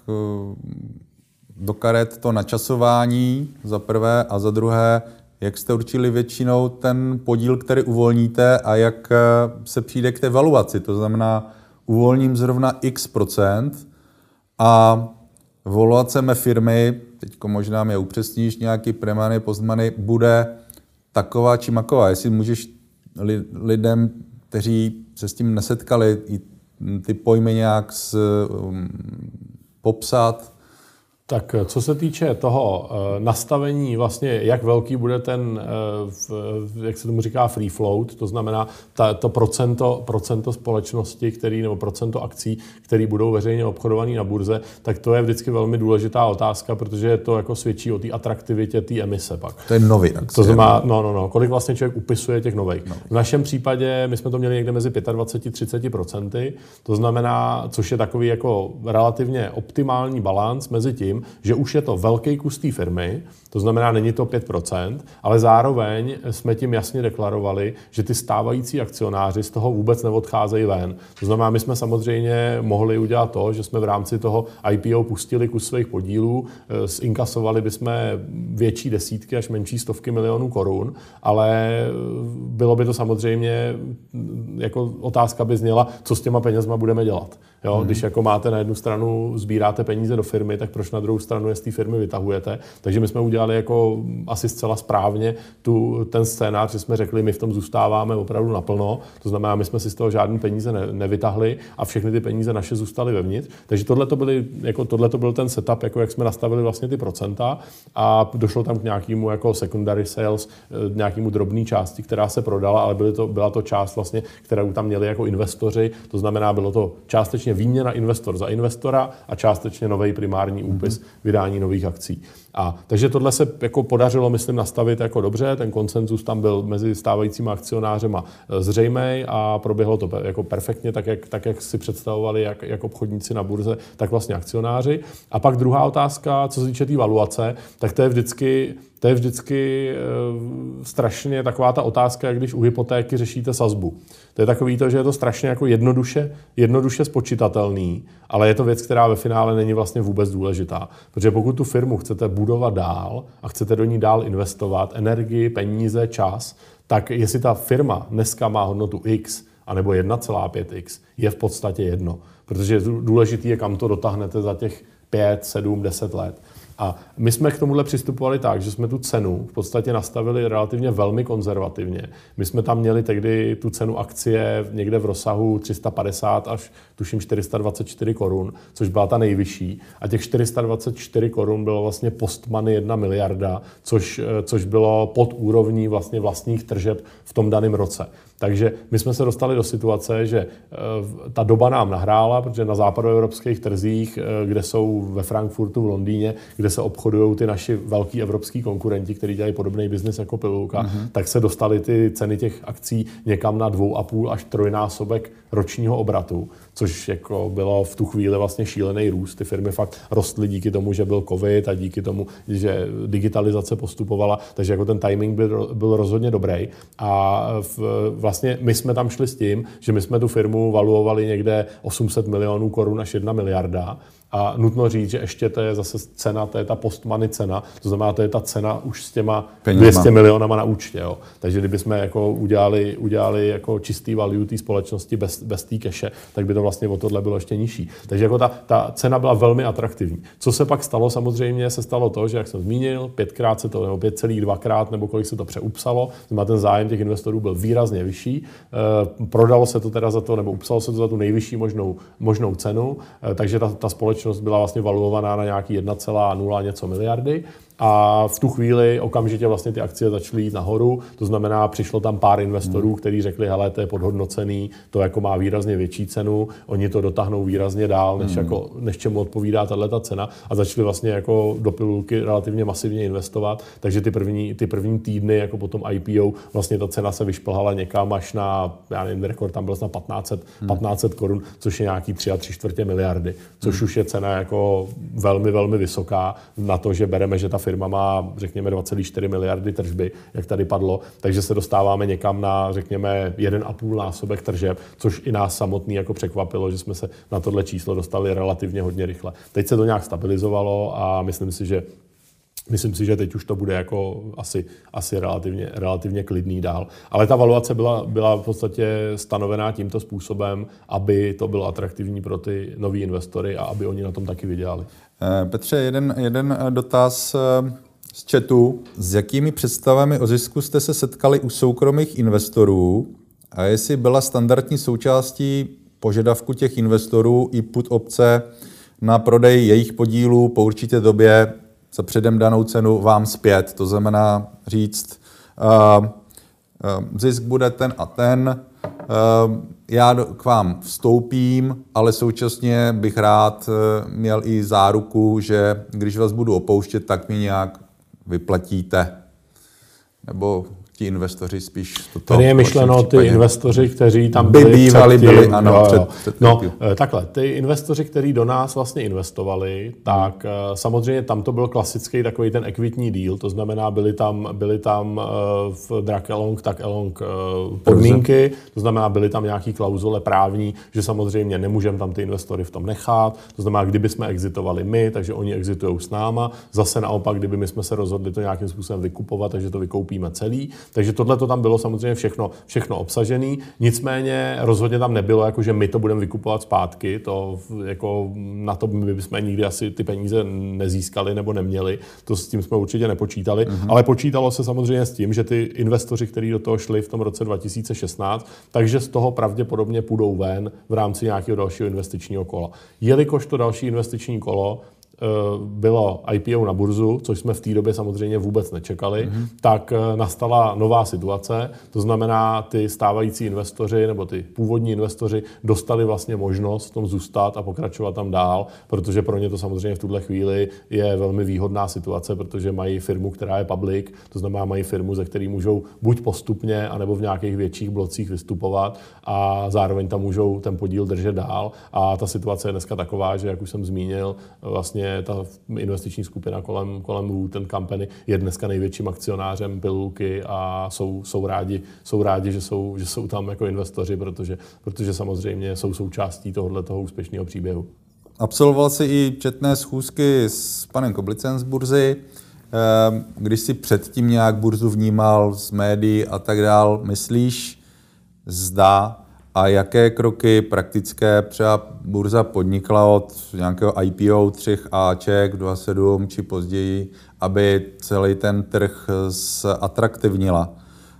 do karet to načasování za prvé a za druhé, jak jste určili většinou ten podíl, který uvolníte a jak se přijde k té valuaci. To znamená, uvolním zrovna x procent a valuace mé firmy, teďko možná mě upřesníš, nějaký pre-money, post-money, bude taková či maková. Jestli můžeš lidem, kteří se s tím nesetkali, i ty pojmy nějak z, um, popsat. Tak co se týče toho uh, nastavení, vlastně jak velký bude ten, uh, jak se tomu říká, free float, to znamená ta, to procento, procento společnosti, který, nebo procento akcí, které budou veřejně obchodované na burze, tak to je vždycky velmi důležitá otázka, protože to jako svědčí o té atraktivitě té emise pak. To je nový akcie. To znamená, no, no, no, kolik vlastně člověk upisuje těch nových. Nový. V našem případě my jsme to měli někde mezi dvacet pět až třicet procent, to znamená, což je takový jako relativně optimální balanc mezi tím, tím, že už je to velký kus té firmy, to znamená, není to pět procent, ale zároveň jsme tím jasně deklarovali, že ty stávající akcionáři z toho vůbec neodcházejí ven. To znamená, my jsme samozřejmě mohli udělat to, že jsme v rámci toho I P O pustili kus svých podílů, zinkasovali bychom větší desítky až menší stovky milionů korun, ale bylo by to samozřejmě, jako otázka by zněla, co s těma penězma budeme dělat. Jo? Hmm. Když jako máte na jednu stranu, sbíráte peníze do firmy, tak proč na druhou stranu je z té firmy vytahujete? Takže my jsme udělali jako asi zcela správně tu, ten scénář, že jsme řekli, my v tom zůstáváme opravdu naplno, to znamená, my jsme si z toho žádný peníze ne, nevytahli a všechny ty peníze naše zůstaly vevnitř. Takže tohle to byly, jako tohle to byl ten setup, jako jak jsme nastavili vlastně ty procenta a došlo tam k nějakému jako secondary sales, nějakému drobné části, která se prodala, ale byly to, byla to část vlastně, kterou tam měli jako investoři, to znamená, bylo to částečně výměna investor za investora a částečně nový primární úpis, mm-hmm. vydání nových akcí. A takže tohle se jako podařilo, myslím, nastavit jako dobře, ten konsenzus tam byl mezi stávajícíma akcionářema zřejmý a proběhlo to jako perfektně, tak jak, tak, jak si představovali jak, jak obchodníci na burze, tak vlastně akcionáři. A pak druhá otázka, co se týče té valuace, tak to je vždycky To je vždycky e, strašně taková ta otázka, jak když u hypotéky řešíte sazbu. To je takový to, že je to strašně jako jednoduše, jednoduše spočitatelný, ale je to věc, která ve finále není vlastně vůbec důležitá. Protože pokud tu firmu chcete budovat dál a chcete do ní dál investovat energii, peníze, čas, tak jestli ta firma dneska má hodnotu X anebo jedna celá pět x, je v podstatě jedno. Protože důležitý je, kam to dotáhnete za těch pět, sedm, deset let. A my jsme k tomuhle přistupovali tak, že jsme tu cenu v podstatě nastavili relativně velmi konzervativně. My jsme tam měli tehdy tu cenu akcie někde v rozsahu tři sta padesát až tuším čtyři sta dvacet čtyři korun, což byla ta nejvyšší. A těch čtyři sta dvacet čtyři korun bylo vlastně post-money jedna miliarda, což, což bylo pod úrovní vlastně vlastních tržeb v tom daném roce. Takže my jsme se dostali do situace, že ta doba nám nahrála, protože na západoevropských trzích, kde jsou ve Frankfurtu, v Londýně, kde se obchodují ty naši velký evropský konkurenti, kteří dělají podobný biznis jako Pilulka, mm-hmm. tak se dostaly ty ceny těch akcí někam na dvou a půl až trojnásobek ročního obratu, což jako bylo v tu chvíli vlastně šílený růst. Ty firmy fakt rostly díky tomu, že byl covid a díky tomu, že digitalizace postupovala, takže jako ten timing byl, byl rozhodně dobrý. A v, vlastně my jsme tam šli s tím, že my jsme tu firmu valuovali někde osm set milionů korun až jedna miliarda. A nutno říct, že ještě to je zase cena, to je ta post-money cena, to znamená, to je ta cena už s těma penězma. dvě stě milionama na účtě. Jo. Takže kdybychom jako udělali, udělali jako čistý value té společnosti bez, bez té cache, tak by to vlastně o tohle bylo ještě nižší. Takže jako ta, ta cena byla velmi atraktivní. Co se pak stalo, samozřejmě se stalo to, že jak jsem zmínil, pětkrát se to, nebo pět celých dvakrát, nebo kolik se to přeupsalo, znamená ten zájem těch investorů byl výrazně vyšší. E, prodalo se to teda za to, nebo upsalo se to za tu nejvyšší možnou, možnou cenu, e, takže ta, ta společnost byla vlastně valuovaná na nějaký jedna celá nula něco miliardy a v tu chvíli okamžitě vlastně ty akcie začaly jít nahoru, to znamená, přišlo tam pár investorů, hmm. kteří řekli, hele, to je podhodnocený, to jako má výrazně větší cenu, oni to dotáhnou výrazně dál, než, hmm. jako, než čemu odpovídá tato cena a začali vlastně jako do Pilulky relativně masivně investovat, takže ty první, ty první týdny jako po tom I P O vlastně ta cena se vyšplhala někam až na, já nevím, rekord tam byl na patnáct set korun, což je nějaký tři a tři čtvrtě miliardy, což hmm. už je cena jako velmi, velmi vysoká na to, že bereme, že ta firma má, řekněme, dva celé čtyři miliardy tržby, jak tady padlo, takže se dostáváme někam na, řekněme, jeden a půl násobek tržeb, což i nás samotný jako překvapilo, že jsme se na tohle číslo dostali relativně hodně rychle. Teď se to nějak stabilizovalo a myslím si, že Myslím si, že teď už to bude jako asi, asi relativně, relativně klidný dál. Ale ta valuace byla, byla v podstatě stanovená tímto způsobem, aby to bylo atraktivní pro ty nový investory a aby oni na tom taky vydělali. Petře, jeden, jeden dotaz z chatu. S jakými představami o zisku jste se setkali u soukromých investorů a jestli byla standardní součástí požadavku těch investorů i put opce na prodej jejich podílů po určité době za předem danou cenu vám zpět. To znamená říct, uh, uh, zisk bude ten a ten, uh, já k vám vstoupím, ale současně bych rád uh, měl i záruku, že když vás budu opouštět, tak mi nějak vyplatíte. Nebo ti investoři spíš toto. Tady je myšleno ty investoři, kteří tam by byli bývali, předtím, byli, ano, jo, před, jo. před No, takhle, ty investoři, kteří do nás vlastně investovali, tak hmm. samozřejmě tam to byl klasický takový ten ekvitní deal, to znamená, byly tam, byly tam v Drak Along, tak Along podmínky, to znamená, byly tam nějaký klauzule právní, že samozřejmě nemůžeme tam ty investory v tom nechat, to znamená, kdyby jsme exitovali my, takže oni exitujou s náma, zase naopak, kdyby my jsme se rozhodli to nějakým způsobem vykupovat, takže to vykoupíme celý. Takže tohle to tam bylo samozřejmě všechno, všechno obsažené. Nicméně rozhodně tam nebylo, jako že my to budeme vykupovat zpátky. To jako na to my bychom nikdy asi ty peníze nezískali nebo neměli. To s tím jsme určitě nepočítali. Mm-hmm. Ale počítalo se samozřejmě s tím, že ty investoři, kteří do toho šli v tom roce dva tisíce šestnáct, takže z toho pravděpodobně půjdou ven v rámci nějakého dalšího investičního kola. Jelikož to další investiční kolo bylo I P O na burzu, což jsme v té době samozřejmě vůbec nečekali, mm-hmm. tak nastala nová situace. To znamená, ty stávající investoři nebo ty původní investoři dostali vlastně možnost v tom zůstat a pokračovat tam dál, protože pro ně to samozřejmě v tuhle chvíli je velmi výhodná situace, protože mají firmu, která je public, to znamená, mají firmu, ze které můžou buď postupně, anebo v nějakých větších blocích vystupovat a zároveň tam můžou ten podíl držet dál. A ta situace je dneska taková, že, jak už jsem zmínil, vlastně ta investiční skupina kolem, kolem Wooten Company je dneska největším akcionářem Pilulky a jsou, jsou rádi, jsou rádi, že jsou, že jsou tam jako investoři, protože, protože samozřejmě jsou součástí tohoto úspěšného příběhu. Absolvoval jsi i četné schůzky s panem Koblicem z burzy. Když jsi předtím nějak burzu vnímal z médií a tak dál, myslíš, zda a jaké kroky praktické třeba burza podnikla od nějakého I P O třech Aček dvacet sedm či později, aby celý ten trh zatraktivnila?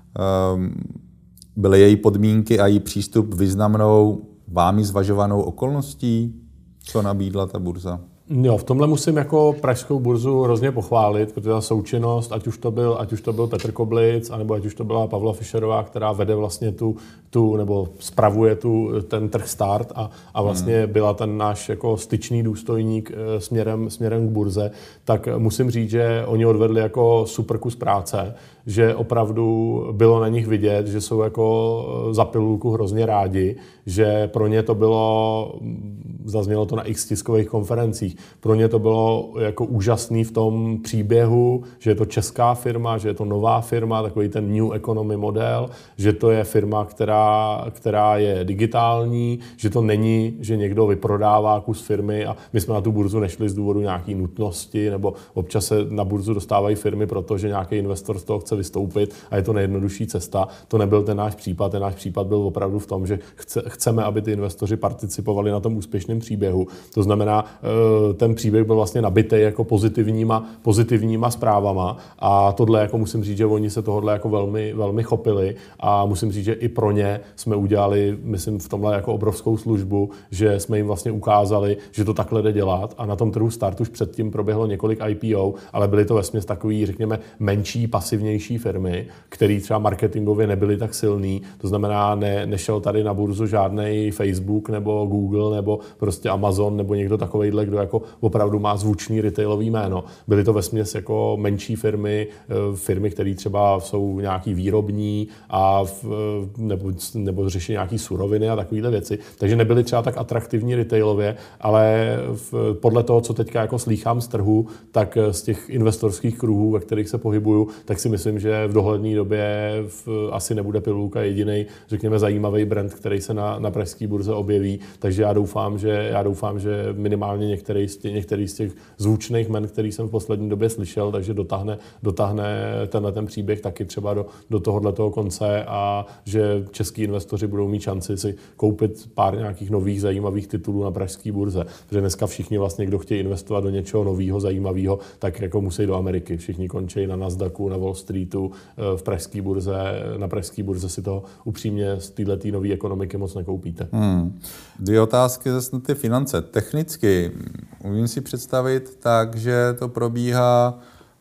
Byly její podmínky a její přístup významnou vámi zvažovanou okolností? Co nabídla ta burza? Jo, v tomhle musím jako pražskou burzu hrozně pochválit, protože ta součinnost, ať už to byl, ať už to byl Petr Koblic, anebo ať už to byla Pavla Fischerová, která vede vlastně tu, tu nebo spravuje tu, ten trh Start a, a vlastně hmm. byla ten náš jako styčný důstojník směrem, směrem k burze, tak musím říct, že oni odvedli jako super kus práce, že opravdu bylo na nich vidět, že jsou jako za Pilulku hrozně rádi, že pro ně to bylo, zaznělo to na x tiskových konferencích, pro ně to bylo jako úžasný v tom příběhu, že je to česká firma, že je to nová firma, takový ten new economy model, že to je firma, která, která je digitální, že to není, že někdo vyprodává kus firmy a my jsme na tu burzu nešli z důvodu nějaké nutnosti, nebo občas se na burzu dostávají firmy, protože nějaký investor z toho chce vystoupit a je to nejjednodušší cesta. To nebyl ten náš případ, ten náš případ byl opravdu v tom, že chce, chceme, aby ty investoři participovali na tom úspěšném příběhu. To znamená, ten příběh byl vlastně nabitý jako pozitivníma, pozitivníma zprávama a tohle jako musím říct, že oni se tohle jako velmi, velmi chopili a musím říct, že i pro ně jsme udělali, myslím, v tomhle jako obrovskou službu, že jsme jim vlastně ukázali, že to takhle jde dělat a na tom trhu Start už předtím proběhlo několik I P O, ale byly to vesměs takový, řekněme, menší, pasivnější firmy, které třeba marketingově nebyly tak silný, to znamená, ne, nešel tady na burzu žádnej Facebook nebo Google nebo prostě Amazon nebo někdo takovejhle, kdo jako opravdu má zvučný retailový jméno. Byly to vesměs jako menší firmy, firmy, které třeba jsou nějaký výrobní a v, nebo, nebo řeší nějaký suroviny a takovéhle věci. Takže nebyly třeba tak atraktivní retailově, ale v, podle toho, co teďka jako slýchám z trhu, tak z těch investorských kruhů, ve kterých se pohybuju, tak si myslím, že v dohledné době v, asi nebude Pilulka jediný, řekněme, zajímavý brand, který se na, na pražské burze objeví. Takže já doufám, že, já doufám, že minimálně některý z těch, některý z těch zvučných men, který jsem v poslední době slyšel, takže dotáhne, dotáhne tenhle ten příběh taky třeba do, do tohohletoho konce a že český investoři budou mít šanci si koupit pár nějakých nových zajímavých titulů na pražské burze. Protože dneska všichni vlastně, kdo chtějí investovat do něčeho nového, zajímavého, tak jako musí do Ameriky. Všichni končí na Nasdaqu, na Wall Streetu, v pražské burze. Na pražské burze si to upřímně z této nové ekonomiky moc nekoupíte. Hmm. Dvě otázky zase na ty finance. Technicky umím si představit tak, že to probíhá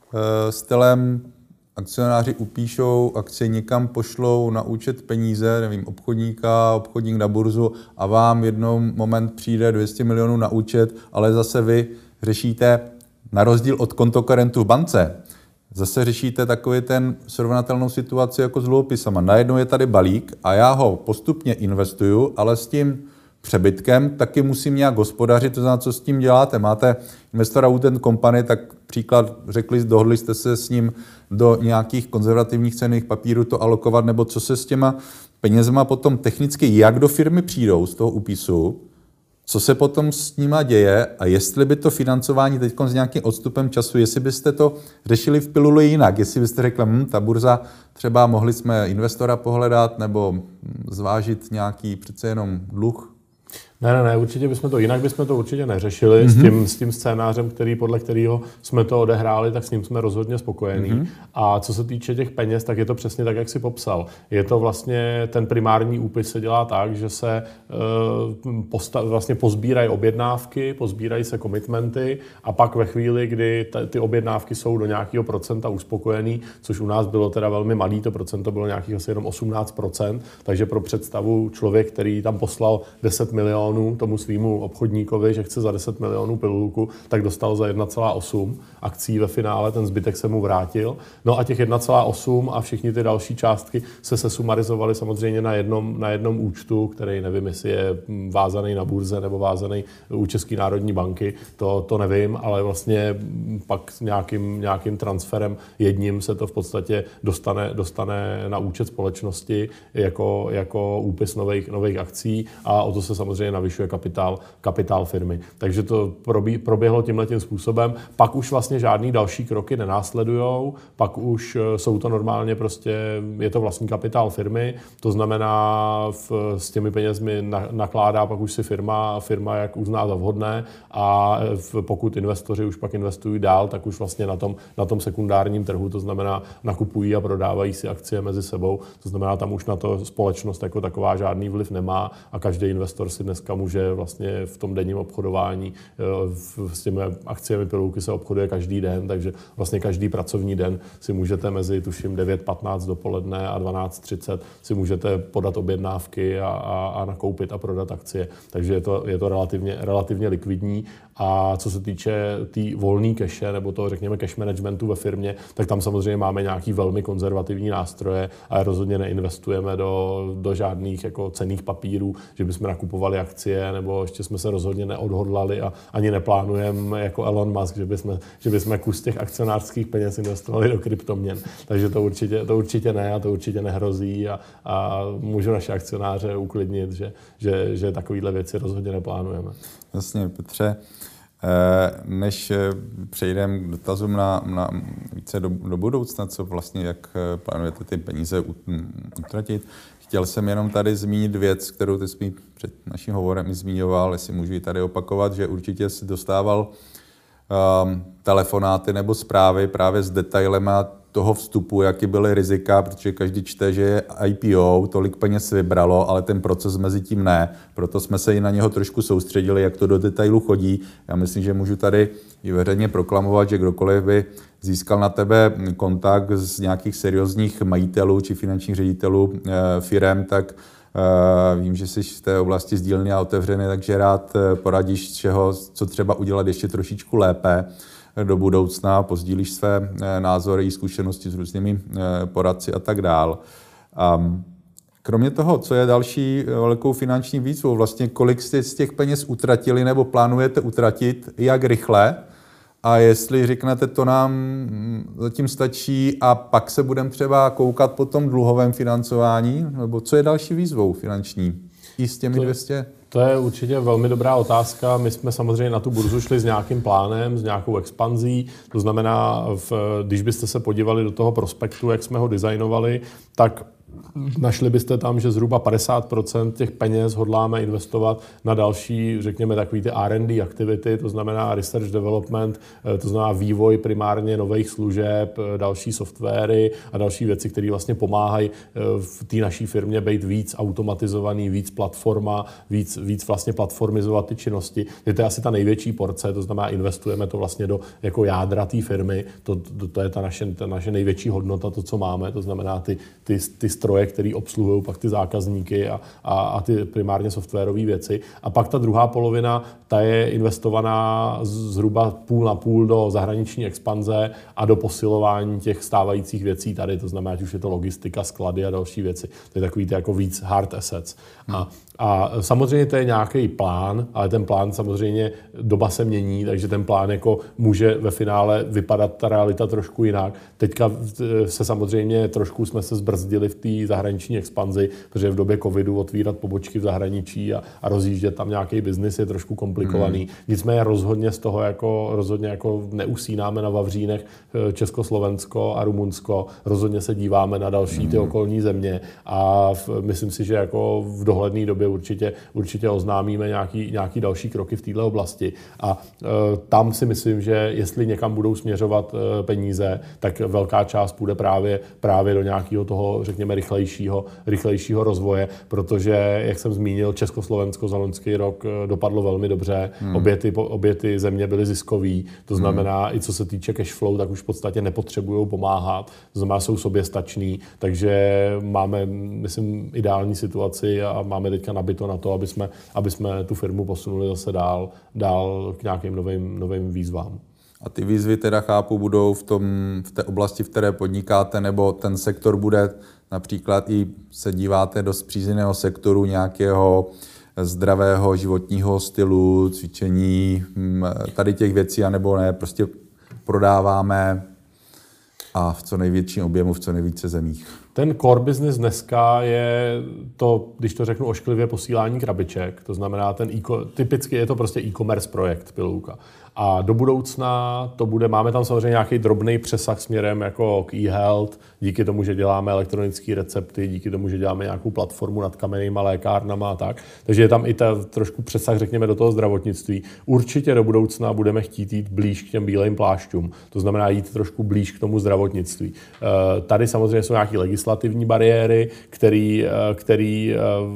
e, stylem akcionáři upíšou akcie, někam pošlou na účet peníze, nevím, obchodníka, obchodník na burzu a vám v jednom moment přijde dvě stě milionů na účet, ale zase vy řešíte na rozdíl od kontokorentů v bance, zase řešíte takový ten srovnatelnou situaci jako s dluhopisama. Najednou je tady balík a já ho postupně investuju, ale s tím přebytkem taky musím nějak hospodařit, to znamená, co s tím děláte. Máte investora Wood Company, tak příklad řekli, dohodli jste se s ním do nějakých konzervativních cenných papírů to alokovat, nebo co se s těma penězma potom technicky, jak do firmy přijdou z toho úpisu, co se potom s nima děje a jestli by to financování teď s nějakým odstupem času, jestli byste to řešili v piluli jinak, jestli byste řekli, hm, ta burza, třeba mohli jsme investora pohledat nebo zvážit nějaký přece jenom dluh. Ne, ne, ne, určitě bychom to, jinak bychom to určitě neřešili. Mm-hmm. S tím, s tím scénářem, který, podle kterého jsme to odehráli, tak s ním jsme rozhodně spokojení. Mm-hmm. A co se týče těch peněz, tak je to přesně tak, jak jsi popsal. Je to vlastně, ten primární úpis se dělá tak, že se uh, posta, vlastně pozbírají objednávky, pozbírají se komitmenty a pak ve chvíli, kdy t- ty objednávky jsou do nějakého procenta uspokojený, což u nás bylo teda velmi malý, to procento bylo nějakých asi jenom osmnáct procent, takže pro představu člověk, který tam poslal deset milionů tomu svýmu obchodníkovi, že chce za deset milionů pilulku, tak dostal za jedna celá osm akcí ve finále, ten zbytek se mu vrátil. No a těch jedna celá osm a všichni ty další částky se sesumarizovaly samozřejmě na jednom, na jednom účtu, který nevím, jestli je vázaný na burze nebo vázaný u České národní banky, to, to nevím, ale vlastně pak s nějakým, nějakým transferem jedním se to v podstatě dostane, dostane na účet společnosti jako, jako úpis nových, nových akcí a o to se samozřejmě navyšuje kapitál, kapitál firmy. Takže to probí, proběhlo tímhletím způsobem. Pak už vlastně žádný další kroky nenásledujou, pak už jsou to normálně prostě, je to vlastní kapitál firmy, to znamená v, s těmi penězmi na, nakládá pak už si firma, firma jak uzná za vhodné a v, pokud investoři už pak investují dál, tak už vlastně na tom, na tom sekundárním trhu, to znamená nakupují a prodávají si akcie mezi sebou, to znamená tam už na to společnost jako taková žádný vliv nemá a každý investor si dneska může vlastně v tom denním obchodování s těmi akciemi pilulky se obchoduje každý den, takže vlastně každý pracovní den si můžete mezi tuším devět patnáct dopoledne a dvanáct třicet si můžete podat objednávky a, a, a nakoupit a prodat akcie. Takže je to, je to relativně, relativně likvidní. A co se týče té tý volné cache nebo toho, řekněme, cash managementu ve firmě, tak tam samozřejmě máme nějaký velmi konzervativní nástroje a rozhodně neinvestujeme do, do žádných jako cenných papírů, že bychom nakupovali akcie, nebo ještě jsme se rozhodně neodhodlali a ani neplánujeme jako Elon Musk, že bychom, že bychom kus těch akcionářských peněz investovali do kryptoměn. Takže to určitě, to určitě ne a to určitě nehrozí a, a můžu naše akcionáře uklidnit, že, že, že takovýhle věci rozhodně neplánujeme. Jasně, Petře. Než přejdeme k dotazům na, na více do, do budoucna, co vlastně, jak plánujete ty peníze utratit, chtěl jsem jenom tady zmínit věc, kterou ty jsi mi před naším hovorem i zmiňoval, jestli můžu ji tady opakovat, že určitě jsi dostával um, telefonáty nebo zprávy právě s detailema toho vstupu, jaký byly rizika, protože každý čte, že je I P O, tolik peněz vybralo, ale ten proces mezi tím ne. Proto jsme se i na něho trošku soustředili, jak to do detailu chodí. Já myslím, že můžu tady i veřejně proklamovat, že kdokoliv by získal na tebe kontakt z nějakých seriózních majitelů či finančních ředitelů e, firem, tak e, vím, že jsi v té oblasti sdílný a otevřený, takže rád poradíš, čeho, co třeba udělat ještě trošičku lépe do budoucna, pozdílíš své názory i zkušenosti s různými poradci a tak dál. Um, kromě toho, co je další velkou finanční výzvou, vlastně kolik jste z těch peněz utratili nebo plánujete utratit, jak rychle a jestli řeknete, to nám zatím stačí a pak se budeme třeba koukat po tom dluhovém financování, nebo co je další výzvou finanční i s těmi dvě stě? To je určitě velmi dobrá otázka. My jsme samozřejmě na tu burzu šli s nějakým plánem, s nějakou expanzí. To znamená, v, když byste se podívali do toho prospektu, jak jsme ho designovali, tak našli byste tam, že zhruba padesát procent těch peněz hodláme investovat na další, řekněme, takový ty R and D aktivity, to znamená research development, to znamená vývoj primárně nových služeb, další softwary a další věci, které vlastně pomáhají v té naší firmě být víc automatizovaný, víc platforma, víc, víc vlastně platformizovat ty činnosti. To je asi ta největší porce, to znamená, investujeme to vlastně do jako jádra té firmy, to, to, to je ta naše, ta naše největší hodnota, to, co máme, to znamená ty, ty, ty stroje, které obsluhují pak ty zákazníky a, a, a ty primárně softwarové věci. A pak ta druhá polovina, ta je investovaná zhruba půl na půl do zahraniční expanze a do posilování těch stávajících věcí tady, to znamená, ať už je to logistika, sklady a další věci. To je takový ty jako víc hard assets. A, a samozřejmě to je nějaký plán, ale ten plán samozřejmě doba se mění, takže ten plán jako může ve finále vypadat ta realita trošku jinak. Teďka se samozřejmě trošku jsme se zbrzdili v té zahraniční expanzi, protože v době covidu otvírat pobočky v zahraničí a, a rozjíždět tam nějaký biznis je trošku komplikovaný. Hmm. Nicméně rozhodně z toho jako, rozhodně jako neusínáme na vavřínech Československo a Rumunsko. Rozhodně se díváme na další ty okolní země a v, myslím si, že jako v dohledné době určitě, určitě oznámíme nějaký, nějaký další kroky v této oblasti. A e, tam si myslím, že jestli někam budou směřovat e, peníze, tak velká část půjde právě, právě do nějakého toho, řekněme, rychlejšího, rychlejšího rozvoje, protože, jak jsem zmínil, Československo za loňský rok dopadlo velmi dobře. Hmm. Obě, ty, obě ty země byly ziskový, to znamená, hmm. i co se týče cash flow, tak už v podstatě nepotřebují pomáhat, to znamená, jsou soběstační, takže máme, myslím, ideální situaci a máme teďka nabito na to, aby jsme, aby jsme tu firmu posunuli zase dál, dál k nějakým novým, novým výzvám. A ty výzvy teda chápu budou v, tom, v té oblasti, v které podnikáte, nebo ten sektor bude například i se díváte do spřízněného sektoru nějakého zdravého životního stylu, cvičení, tady těch věcí, anebo ne, prostě prodáváme a v co největším objemu, v co nejvíce zemích. Ten core business dneska je to, když to řeknu ošklivě, posílání krabiček. To znamená, ten e- typicky je to prostě e-commerce projekt Pilulka. A do budoucna to bude, máme tam samozřejmě nějaký drobný přesah směrem jako k e-health, díky tomu, že děláme elektronické recepty, díky tomu, že děláme nějakou platformu nad kamennýma lékárnama a tak. Takže je tam i ta trošku přesah, řekněme, do toho zdravotnictví. Určitě do budoucna budeme chtít jít blíž k těm bílým plášťům. To znamená jít trošku blíž k tomu zdravotnictví. Tady samozřejmě jsou nějaké legislativní bariéry, který, který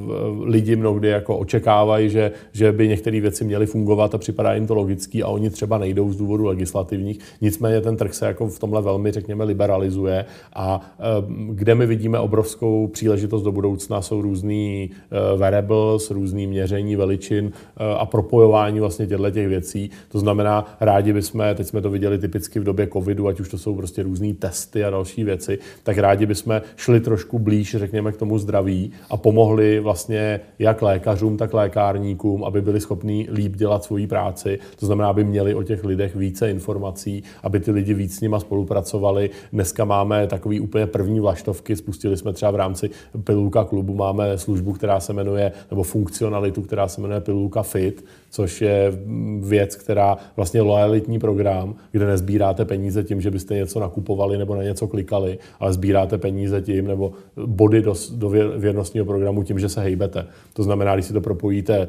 lidi mnohdy jako očekávají, že, že by některé věci měly fungovat a připadá jim to logický a oni třeba nejdou z důvodu legislativních. Nicméně ten trh se jako v tomhle velmi, řekněme, liberalizuje a kde my vidíme obrovskou příležitost do budoucna, jsou různý wearables, různý měření veličin a propojování vlastně těchto těch věcí. To znamená, rádi bychom, teď jsme to viděli typicky v době covidu, ať už to jsou prostě různý testy a další věci, tak rádi bychom šli trošku blíž, řekněme, k tomu zdraví a pomohli vlastně jak lékařům, tak lékárníkům, aby byli schopní líp dělat svoji práci. To znamená, aby měli o těch lidech více informací, aby ty lidi víc s nima spolupracovali. Dneska máme takový úplně první vlaštovky, spustili jsme třeba v rámci Pilulka klubu, máme službu, která se jmenuje, nebo funkcionalitu, která se jmenuje Pilulka Fit, což je věc, která vlastně lojalitní program, kde nezbíráte peníze tím, že byste něco nakupovali nebo na něco klikali, ale sbíráte peníze tím, nebo body do, do věrnostního programu tím, že se hejbete. To znamená, když si to propojíte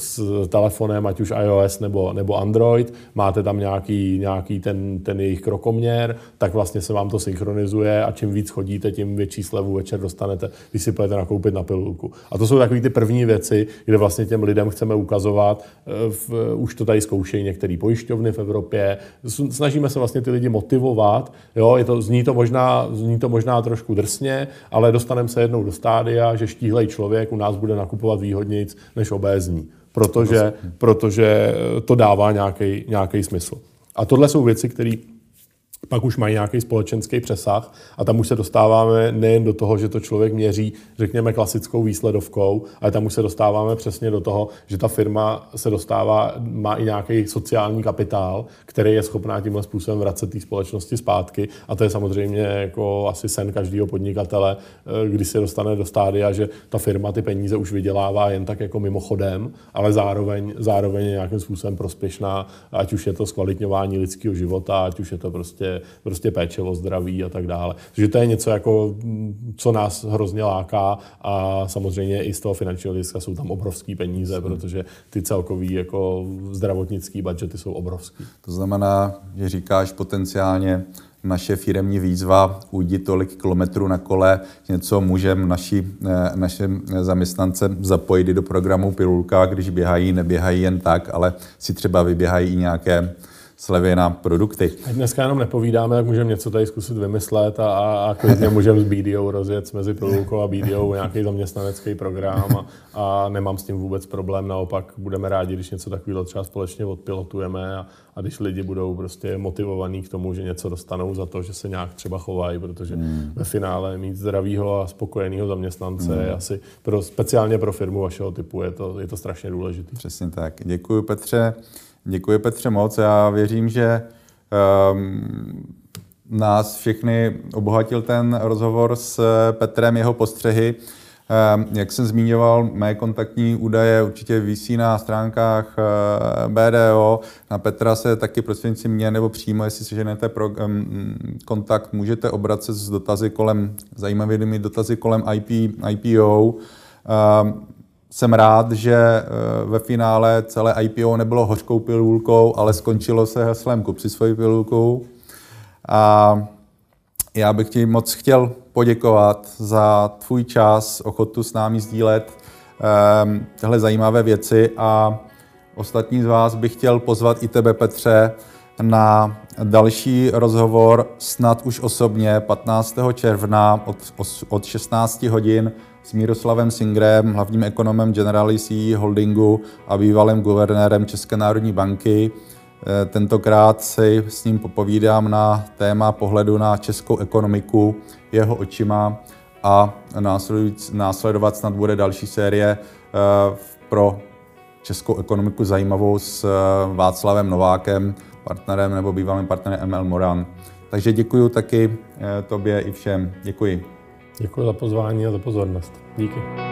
s telefonem, ať už iOS nebo, nebo Android, máte tam nějaký, nějaký ten, ten jejich krokoměr, tak vlastně se vám to synchronizuje a čím víc chodíte, tím větší slevu večer dostanete, když si půjdete nakoupit na Pilulku. A to jsou takové ty první věci, kde vlastně těm lidem chceme ukazovat, v, už to tady zkoušejí některé pojišťovny v Evropě, snažíme se vlastně ty lidi motivovat, jo, je to, zní, to možná, zní to možná trošku drsně, ale dostaneme se jednou do stádia, že štíhlej člověk u nás bude nakupovat výhodnějc než obézní, protože, protože to dává nějaký, nějaký smysl. A tohle jsou věci, které pak už mají nějaký společenský přesah a tam už se dostáváme nejen do toho, že to člověk měří, řekněme, klasickou výsledovkou, ale tam už se dostáváme přesně do toho, že ta firma se dostává, má i nějaký sociální kapitál, který je schopná tímhle způsobem vracet té společnosti zpátky a to je samozřejmě jako asi sen každého podnikatele, když se dostane do stádia, že ta firma ty peníze už vydělává jen tak jako mimochodem, ale zároveň, zároveň je nějakým způsobem prospěšná, ať už je to zkvalitňování lidského života, ať už je to prostě prostě péče o zdraví a tak dále. Takže to je něco, jako, co nás hrozně láká a samozřejmě i z toho finančního hlediska jsou tam obrovský peníze, hmm. protože ty celkový jako zdravotnický budžety jsou obrovský. To znamená, že říkáš potenciálně naše firemní výzva, ujdi tolik kilometrů na kole, něco můžeme naši, naše zaměstnance zapojit do programu Pilulka, když běhají, neběhají jen tak, ale si třeba vyběhají i nějaké slevy na produkty. Ať dneska jenom nepovídáme, tak můžeme něco tady zkusit vymyslet a, a, a klidně můžeme s B D O rozjet mezi pilulkou a B D O nějaký zaměstnanecký program a, a nemám s tím vůbec problém. Naopak budeme rádi, když něco takového třeba společně odpilotujeme a, a když lidi budou prostě motivovaní k tomu, že něco dostanou za to, že se nějak třeba chovají, protože hmm. ve finále mít zdravýho a spokojeného zaměstnance hmm. je asi pro, speciálně pro firmu vašeho typu je to, je to strašně důležité. Přesně tak. Děkuji, Petře. Děkuji, Petře, moc. Já věřím, že um, nás všechny obohatil ten rozhovor s Petrem, jeho postřehy. Um, jak jsem zmiňoval, mé kontaktní údaje určitě visí na stránkách uh, B D O. Na Petra se taky prostřednictvím mě nebo přímo, jestli si ženete pro, um, kontakt, můžete obracet s dotazy kolem, zajímavými dotazy kolem I P, I P O. Um, Jsem rád, že ve finále celé I P O nebylo hořkou pilulkou, ale skončilo se heslem kup si svoji pilulku. A já bych ti moc chtěl poděkovat za tvůj čas, ochotu s námi sdílet um, tyhle zajímavé věci a ostatní z vás bych chtěl pozvat i tebe, Petře, na další rozhovor, snad už osobně, patnáctého června od, od šestnácti hodin s Miroslavem Singrem, hlavním ekonomem Generali C E Holdingu a bývalým guvernérem České národní banky. Tentokrát si s ním popovídám na téma pohledu na českou ekonomiku jeho očima a následovat snad bude další série pro českou ekonomiku zajímavou s Václavem Novákem, partnerem nebo bývalým partnerem M L Moran. Takže děkuji taky tobě i všem. Děkuji. Děkuji za pozvání a za pozornost. Díky.